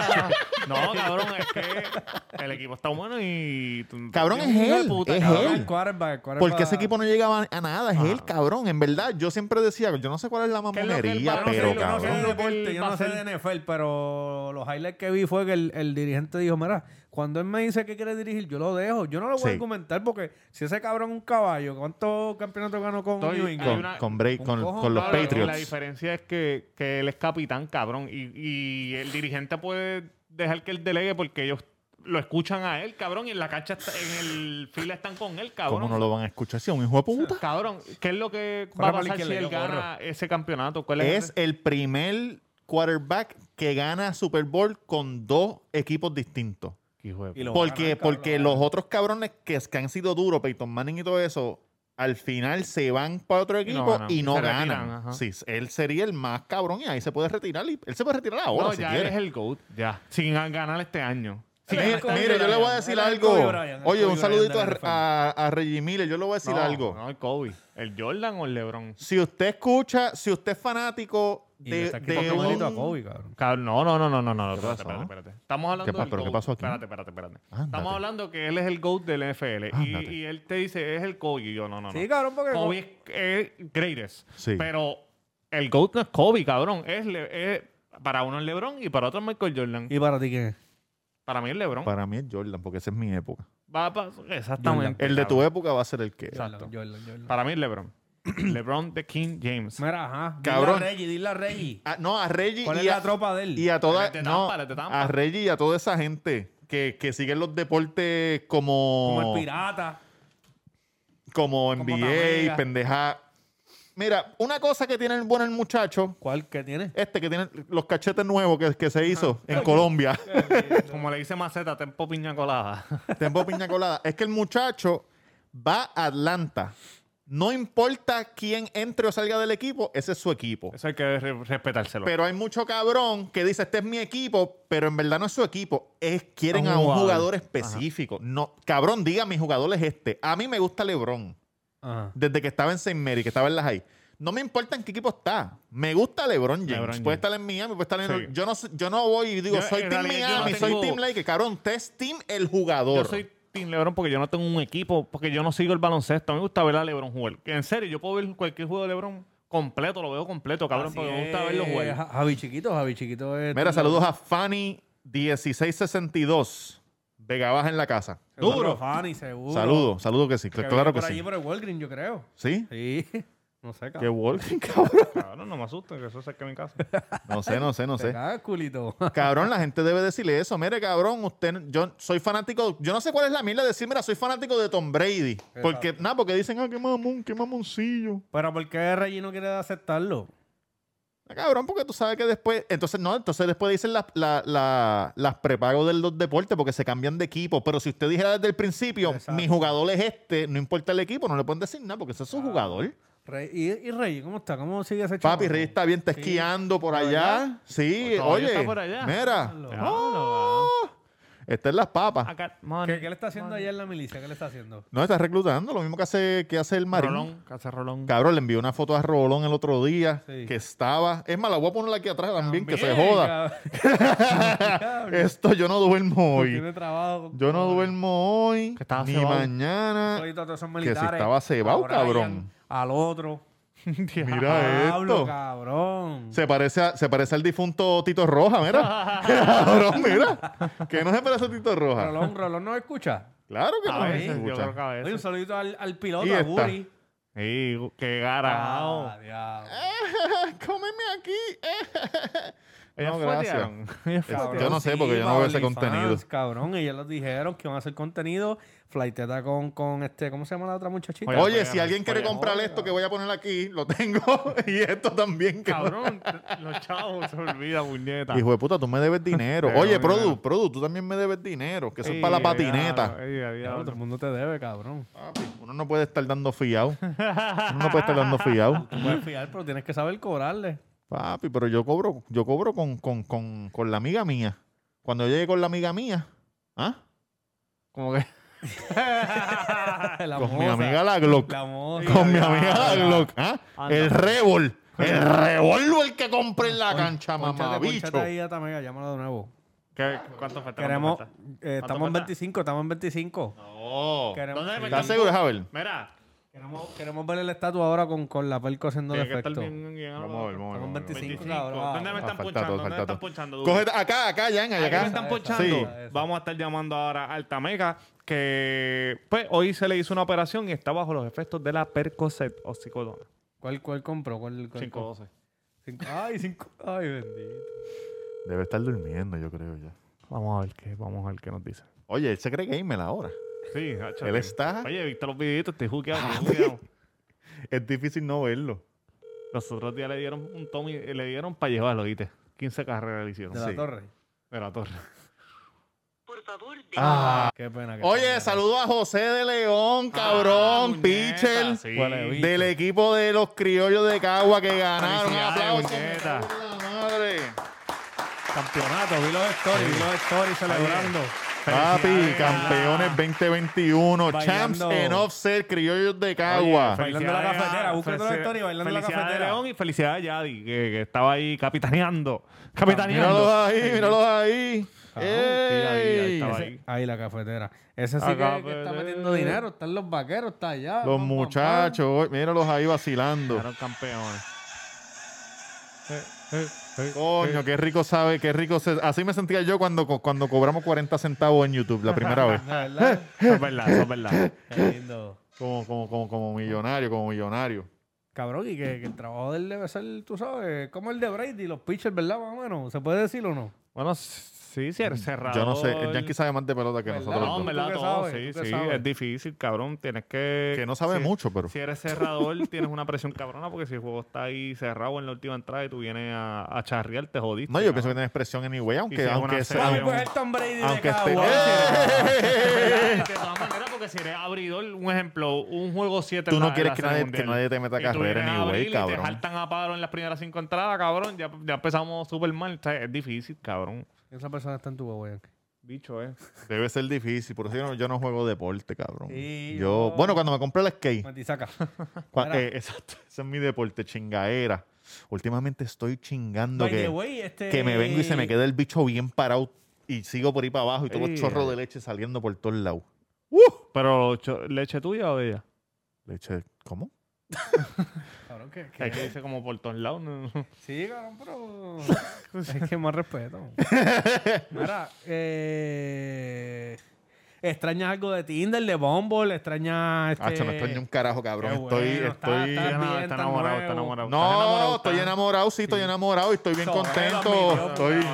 No, cabrón, es que el equipo está bueno y... Cabrón, un es hijo de él, puta, es cabrón. él. El quarterback. Porque ese equipo no llegaba a nada, es él, cabrón. En verdad, yo siempre decía, yo no sé cuál es la ¿Qué es lo que él mamonería, va a hacer? pero Yo no sé cabrón. de deporte, Yo va no a sé ser- de NFL, pero los highlights que vi fue que el dirigente dijo, mira, cuando él me dice que quiere dirigir, yo lo dejo. Yo no lo voy Sí. a argumentar porque si ese cabrón es un caballo, ¿cuántos campeonatos ganó con Estoy- New hay England? una- Con break, Un con cojón, los cabrón. Patriots. La diferencia es que él es capitán, cabrón. Y el dirigente puede dejar que él delegue porque ellos lo escuchan a él, cabrón. Y en la cancha, en el fila están con él, cabrón. ¿Cómo no lo van a escuchar? Si es un hijo de puta. Cabrón, ¿qué es lo que Corre va a por la pasar si izquierda, él yo corro. gana ese campeonato? ¿Cuál Es es? el primer quarterback que gana Super Bowl con 2 equipos distintos. Hijo de Y lo va a Porque, ganar, cabrón, porque lo va a los otros cabrones que han sido duros, Peyton Manning y todo eso, al final se van para otro no equipo ganan. y no Se retiran, ganan. ajá. Sí, él sería el más cabrón y ahí se puede retirar. Él se puede retirar ahora No, si ya quiere. él es el GOAT. Ya. Sin ganar este año. Sin Él es ganar Kobe Mire, yo le voy a Bryant. decir Él es el algo. Kobe Bryant, el Oye, Kobe un saludito Bryant de la NFL. a Reggie Miller. Yo le voy a decir algo. No, el Kobe. ¿El Jordan o el LeBron? Si usted escucha, si usted es fanático Y le de, está de quitando mérito a un... Kobe, cabrón. Cabrón, no. ¿Qué Espérate, pasó? espérate. Estamos hablando ¿Qué del pero qué GOAT. pasó aquí? Espérate. Ándate. Estamos hablando que él es el GOAT del NFL. Ándate. Y él te dice, es el Kobe. Y yo, no. Sí, cabrón, porque... Kobe es greatest. Sí. Pero el GOAT no es Kobe, cabrón. Para uno es LeBron y para otro es Michael Jordan. ¿Y para ti quién es? Para mí es LeBron. Para mí es Jordan, porque esa es mi época. Exactamente. El de tu cabrón. época va a ser el que. Exacto. Jordan. Para mí es LeBron. LeBron de King James. Mira, ajá. Cabrón. Dile a Reggie. No, a Reggie ¿Cuál es y la a, tropa de él? y a toda, Él es de no, Tampa, él es de Tampa. a Reggie y a toda esa gente que siguen los deportes Como como el pirata. como como NBA, Tamega. pendeja. Mira, una cosa que tiene el bueno el muchacho, ¿Cuál que tiene? que tiene los cachetes nuevos que se hizo en Colombia, Como le dice Maceta, tempo piña colada. Tempo Piña Colada, es que el muchacho va a Atlanta. No importa quién entre o salga del equipo, ese es su equipo. Eso hay que respetárselo. Pero hay mucho cabrón que dice, este es mi equipo, pero en verdad no es su equipo. Quieren A a un un jugador. jugador específico. No, cabrón, diga, mi jugador es este. A mí me gusta LeBron. Ajá. Desde que estaba en St. Mary, que estaba en la high. No me importa en qué equipo está. Me gusta LeBron James. LeBron Puede James. estar en Miami, puede estar en... Sí. Yo no voy y digo, Yo, soy en Team realidad, yo no Miami, soy tengo- Team Lakers. Cabrón, usted es Team el jugador. Yo soy Team LeBron porque yo no tengo un equipo, porque yo no sigo el baloncesto. A mí me gusta ver a LeBron jugar. Que en serio, yo puedo ver cualquier juego de LeBron completo, lo veo completo, cabrón, Así porque me gusta es, verlo jugar. Javi Chiquito es... Mira, saludos a Fanny 1662. Vega Baja en la casa. Duro. Fanny, seguro. Saludos que sí. Que Claro vive que por allí sí. por el Walgreens, yo creo. ¿Sí? Sí. No sé, Qué cabrón. walking, cabrón. Cabrón, no me asusten, que eso es cerca de mi casa. No sé. Te cagas, culito. Cabrón, la gente debe decirle eso. Mire, cabrón, yo soy fanático. Yo no sé cuál es la mierda de decir, mira, soy fanático de Tom Brady. Porque dicen, qué mamón, qué mamoncillo. Pero ¿por qué Reggie no quiere aceptarlo? Cabrón, porque tú sabes que después. Entonces después dicen las prepagos de los deportes porque se cambian de equipo. Pero si usted dijera desde el principio, Exacto. mi jugador es este, no importa el equipo, no le pueden decir nada porque ese es su jugador. ¿Y Reggie cómo está? ¿Cómo sigue ese Papi, chamaco? Rey está bien, está Sí. esquiando por ¿De allá. verdad? Sí, Todavía oye. está por allá. Mira. Diablo, Esta es las papas. I got money. ¿Qué le está haciendo allá en la milicia? ¿Qué le está haciendo? No, está reclutando, lo mismo que hace el Marín. Rolón, casa Rolón. Cabrón, le envió una foto a Rolón el otro día Sí. que estaba. Es más, la voy a poner aquí atrás también, que se También, joda. cabrón. Esto yo no duermo hoy. Tiene trabajo. Yo no duermo hoy, Que estaba ni cebado. mañana. Toditos todos son Que si militares. estaba cebado, A Brian, cabrón. Al otro. Mira Pablo, esto. cabrón. Se parece al difunto Tito Roja, mira. Cabrón, mira. Que no se parece a Tito Roja. Rolón no escucha. Claro que A no se veces, yo escucha. creo que a Oye, un veces. saludito al piloto, Y a esta. Guri. Sí, qué garao. Diablo. Cómeme aquí. Ella No, fue, gracias. tiraron. Ella fue, Cabrón, Yo no sé, porque yo no veo ese OnlyFans, contenido. Cabrón, ellos nos dijeron que van a hacer contenido. Flighteta con este, ¿cómo se llama la otra muchachita? Oye, Oye, oye, si alguien quiere oye, comprar oye, esto que voy a poner aquí, lo tengo. Y esto también. Que Cabrón, los chavos se olvida, puñeta. Hijo de puta, tú me debes dinero. Pero, Oye, mira. Produ, tú también me debes dinero. Que eso es Ey, para la a patineta. diablo, ey, a Diablo, diablo. todo el mundo te debe, cabrón. Papi, uno no puede estar dando fiado. Uno no puede estar dando fiado. Tú puedes fiar, pero tienes que saber cobrarle. Papi, pero yo cobro con la amiga mía. Cuando yo llegue con la amiga mía, ¿ah? Como que... La Con mi moza. amiga la Glock. La moza. Con mi amiga la Glock. ¿Ah? Anda. El revólver. El revólver que compré en la cancha, mamabicho. Ponchate ahí a Tamega, llámala de nuevo. ¿Cuánto falta? Queremos... ¿Cuánto falta? estamos en falta? 25, estamos en 25. No. Queremos, ¿Dónde me ¿Estás seguro, Javier? Mira. queremos ver el estatus ahora con la pelco haciendo el Tiene que estar efecto. bien Vamos a ver, vamos a ver. Estamos vamos a ver. 25, 25. cabrón. ¿Dónde me están falta ponchando? todo, ¿Dónde me falta están todo. ponchando? Duro? Coge acá, Jan, Aquí me acá. están Esa, ponchando. Sí. esa. Vamos a estar llamando ahora al Tamega, que pues hoy se le hizo una operación y está bajo los efectos de la Percocet oxicodona. ¿Cuál compró? ¿Cuál 512. Ay, 5. Ay, bendito. Debe estar durmiendo, yo creo ya. Vamos a ver qué nos dice. Oye, él se cree gamer ahora. Sí, hacho, Él sí. está... Oye, ¿viste los videitos? Estoy juqueado. Es difícil no verlo. Los otros días le dieron un Tommy, le dieron para llevarlo, ¿viste? 15 carreras le hicieron. De la Sí. torre. De la torre. Por favor, Qué pena que Oye, saludo a José de León, cabrón, puñeta, pitcher. sí. Huele bicho. Del equipo de los criollos de Cagua que ganaron. Un Felicidades, aplauso. puñeta. me cago en la madre. Campeonato, vi los stories celebrando. Papi, Felicidades, campeones 2021. Champs Bailando. en offset, criollos de Cagua. Bailando en la Felicidades cafetera, a- búscate la historia, bailando en la felicidades a cafetera. León y felicidades a Yadi, que estaba ahí capitaneando. Míralos ahí, míralos ahí. ahí estaba Ey. ahí. Ahí la cafetera. Ese sí La que está cafetera. metiendo dinero. Están los vaqueros, está allá. Los pam, pam, muchachos, míralos ahí vacilando. Fueron campeones. Coño, qué rico sabe, qué rico se... Así me sentía yo cuando cobramos 40 centavos en YouTube la primera vez. pam. ¿Verdad? Eso es verdad, eso es verdad. Qué lindo. Como millonario. Cabrón, y que el trabajo de él debe ser, tú sabes, como el de Brady, los pitchers, ¿verdad? Más o menos. ¿Se puede decir o no? Bueno, sí, si eres cerrador. Yo no sé, el Yankee sabe más de pelota que ¿Verdad? nosotros. No, dos. en verdad, ¿Tú qué todo, sabes? sí, ¿Tú qué sí. sabes? Es difícil, cabrón. Tienes que... Que no sabe mucho, pero... Si eres cerrador, tienes una presión cabrona, porque si el juego está ahí cerrado en la última entrada y tú vienes a charrear, te jodiste. No, yo pienso que cabrón. tienes presión anyway, Y aunque, si es aunque una sea... serie, Papi, pues el Tom Brady de Aunque esté... Cagua. De todas maneras, porque si eres abridor, un ejemplo, un juego 7 Tú no quieres que nadie te meta carrera anyway, Te cabrón. saltan a paro en las primeras 5 entradas, cabrón. Ya empezamos súper mal. O sea, es difícil, cabrón. Esa persona está en tu huevo, Yankee. Bicho, Debe ser difícil, por eso yo no juego deporte, cabrón. Sí, yo... Bueno, cuando me compré el skate... Matisaca. Cua- exacto, ese es mi deporte, chingaera. Últimamente estoy chingando By the que, way, que me vengo y se me queda el bicho bien parado y sigo por ahí para abajo y tengo Ey, chorro ay. de leche saliendo por todos lados. Pero, ¿leche tuya o de ella? Leche, ¿cómo? Cabrón, Es que dice como por todos lados. ¿no? Sí, cabrón, pero... es que más respeto. Mira, ¿extrañas algo de Tinder, de Bumble? ¿Extrañas este... Hacho, no extraño un carajo, cabrón. Qué bueno, estoy... está No, bien, está está enamorado, nuevo. está enamorado. No, ¿Estás enamorado? estoy enamorado, sí, estoy enamorado y estoy bien Eso, contento. Estoy,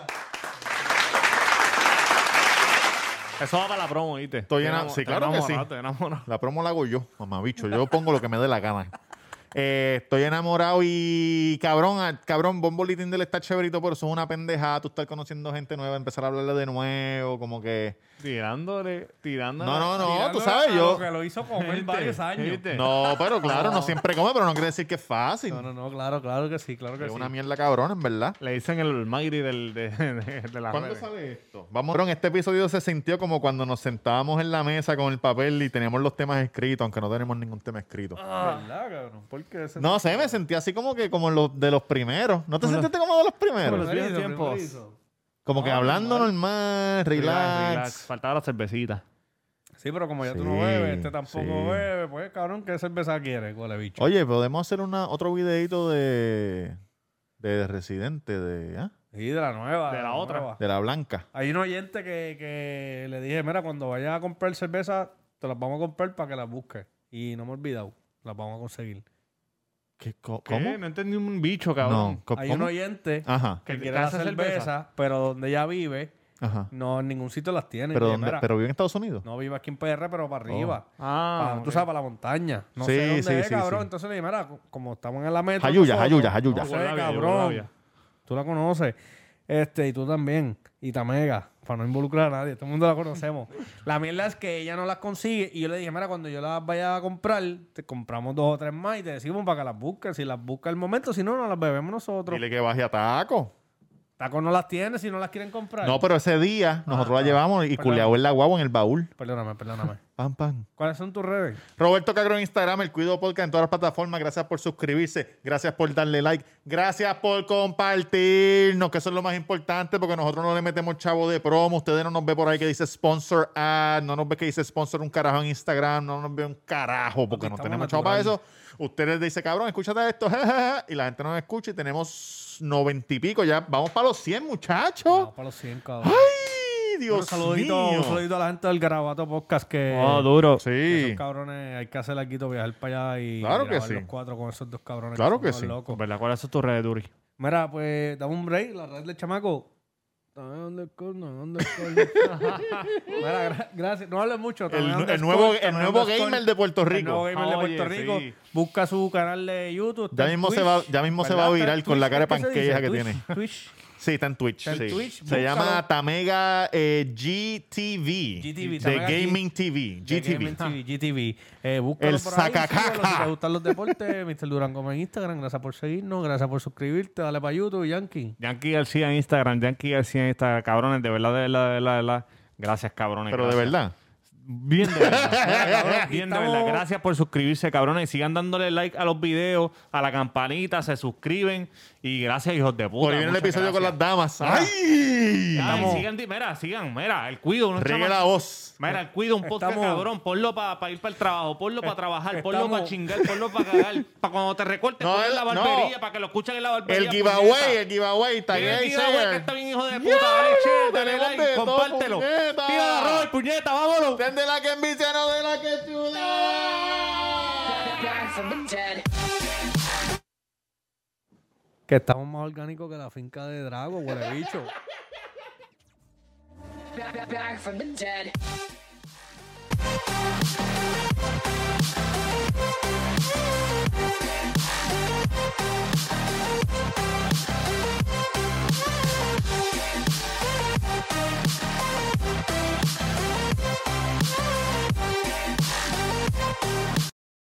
Eso va para la promo, ¿viste? Estoy sí, claro que sí. Estoy enamorado. La promo la hago yo, mamabicho. Yo pongo lo que me dé la gana. Estoy enamorado y cabrón, Bumble y Tinder está chéverito, pero eso es una pendejada. Tú estar conociendo gente nueva, empezar a hablarle de nuevo, como que... Tirándole. No, tú Tirando sabes, a yo... lo que lo hizo comer varios años. ¿Viste? No, pero claro, no siempre come, pero no quiere decir que es fácil. No, claro que sí, claro que Es sí. una mierda cabrona, en verdad. Le dicen el Magri de la ¿Cuándo sale esto? Vamos, en este episodio se sintió como cuando nos sentábamos en la mesa con el papel y teníamos los temas escritos, aunque no tenemos ningún tema escrito. ¿Verdad, cabrón? ¿Por qué ese... No sé, me sentí así como que como los de los primeros. ¿No te sentiste como de los primeros? los viejos Primerito, tiempos. primerito. Como que hablando normal, relax. Faltaba la cervecita. Sí, pero como ya tú Sí, no bebes, este tampoco sí. bebe, pues cabrón, ¿qué cerveza quieres, huele bicho? Oye, podemos hacer otro videito de Residente, Sí, de la nueva. De la otra. nueva. de la blanca. Hay un oyente que le dije, mira, cuando vayas a comprar cerveza, te las vamos a comprar para que las busques. Y no me he olvidado, las vamos a conseguir. ¿Cómo? ¿Qué? No entendí un bicho, cabrón. No, Hay un ¿cómo? oyente Ajá, que ¿Que quiere la hace cerveza, cerveza? pero donde ella vive, ajá. no, en ningún sitio las tiene. ¿Pero Y dije, dónde? mira, ¿Pero vive en Estados Unidos? no vive aquí en PR, pero para arriba. Ah, Tú sabes, para la montaña. No Sí, sé dónde sí, es, sí, cabrón. sí. Entonces le dije, mira, como estamos en la meta. Jayuya. No sé, Yugoslavia, cabrón. Tú la conoces. Y tú también. Y Tamega, para no involucrar a nadie. Todo el mundo la conocemos. La mierda es que ella no las consigue. Y yo le dije, mira, cuando yo las vaya a comprar, te compramos 2 o 3 más y te decimos para que las busques. Si las busca el momento, si no, no las bebemos nosotros. Dile que baje a taco. Taco no las tiene si no las quieren comprar. No, pero ese día nosotros la llevamos y Perdón. culeado en la guagua en el baúl. Perdóname. Pam, pam. ¿Cuáles son tus redes? Roberto Cagro en Instagram, El Cuido Podcast en todas las plataformas. Gracias por suscribirse, gracias por darle like, gracias por compartirnos, que eso es lo más importante porque nosotros no le metemos chavo de promo. Ustedes no nos ven por ahí que dice sponsor ad, no nos ve que dice sponsor un carajo en Instagram, no nos ve un carajo porque no Estamos tenemos chavo para natural. eso. Ustedes dicen, cabrón, escúchate esto, y la gente nos escucha y tenemos 90 y pico. Ya vamos para los 100, muchachos. Vamos para los 100, cabrón. ¡Ay, Dios Un saludito a la gente del Garabato Podcast que... Oh, duro. que Sí. esos cabrones, hay que hacer algo, viajar para allá y Claro que grabar sí. los 4 con esos 2 cabrones. Claro son que unos sí. locos. ¿Verdad? ¿Cuáles son tus redes, Duri? Mira, pues, dame un break, la red del chamaco. Mira, gracias. No hables mucho. El nuevo gamer de Puerto El Rico. nuevo gamer de Oye, Puerto Rico. sí. Busca su canal de YouTube. Ya mismo se va a virar con la cara de panqueja que tiene. Twitch. Sí, está en Twitch. Está en sí. Twitch, Se búscalo. llama Tamega GTV. GTV, de Tamega Gaming TV. GTV. Búscalo El por ahí, sacacaca. síguelo, si te gustan los deportes, Mr. Durango en Instagram. Gracias por seguirnos, gracias por suscribirte. Dale para YouTube, Yankee. Yankee García en Instagram, cabrones, de verdad. Gracias, cabrones. Pero de gracias. verdad. Bien de verdad. Bien de Estamos- verdad. Gracias por suscribirse, cabrones. Y sigan dándole like a los videos, a la campanita, se suscriben. Y gracias, hijos de puta. Por ahí viene el muchas episodio con las gracias. damas. ¡Ay! Ay, Estamos- mira, el cuido. unos Riegue chamacos- la voz. Mira, el cuido un podcast, Estamos- cabrón. Ponlo para ir para el trabajo, ponlo para trabajar, ponlo Estamos- para chingar, ponlo para cagar. Para cuando te recortes, No, ponlo en la no. barbería, para que lo escuchen en la barbería. El giveaway. Está Mira el ahí, giveaway que está bien, hijo de puta. Dale share, dale tenemos like, de todo, compártelo. puñeta. Tira Robert, puñeta, vámonos. Den de la que envicia, no de la que chula. Back from the dead. Que estamos más orgánicos que la finca de Drago, huele bicho. Back from the dead.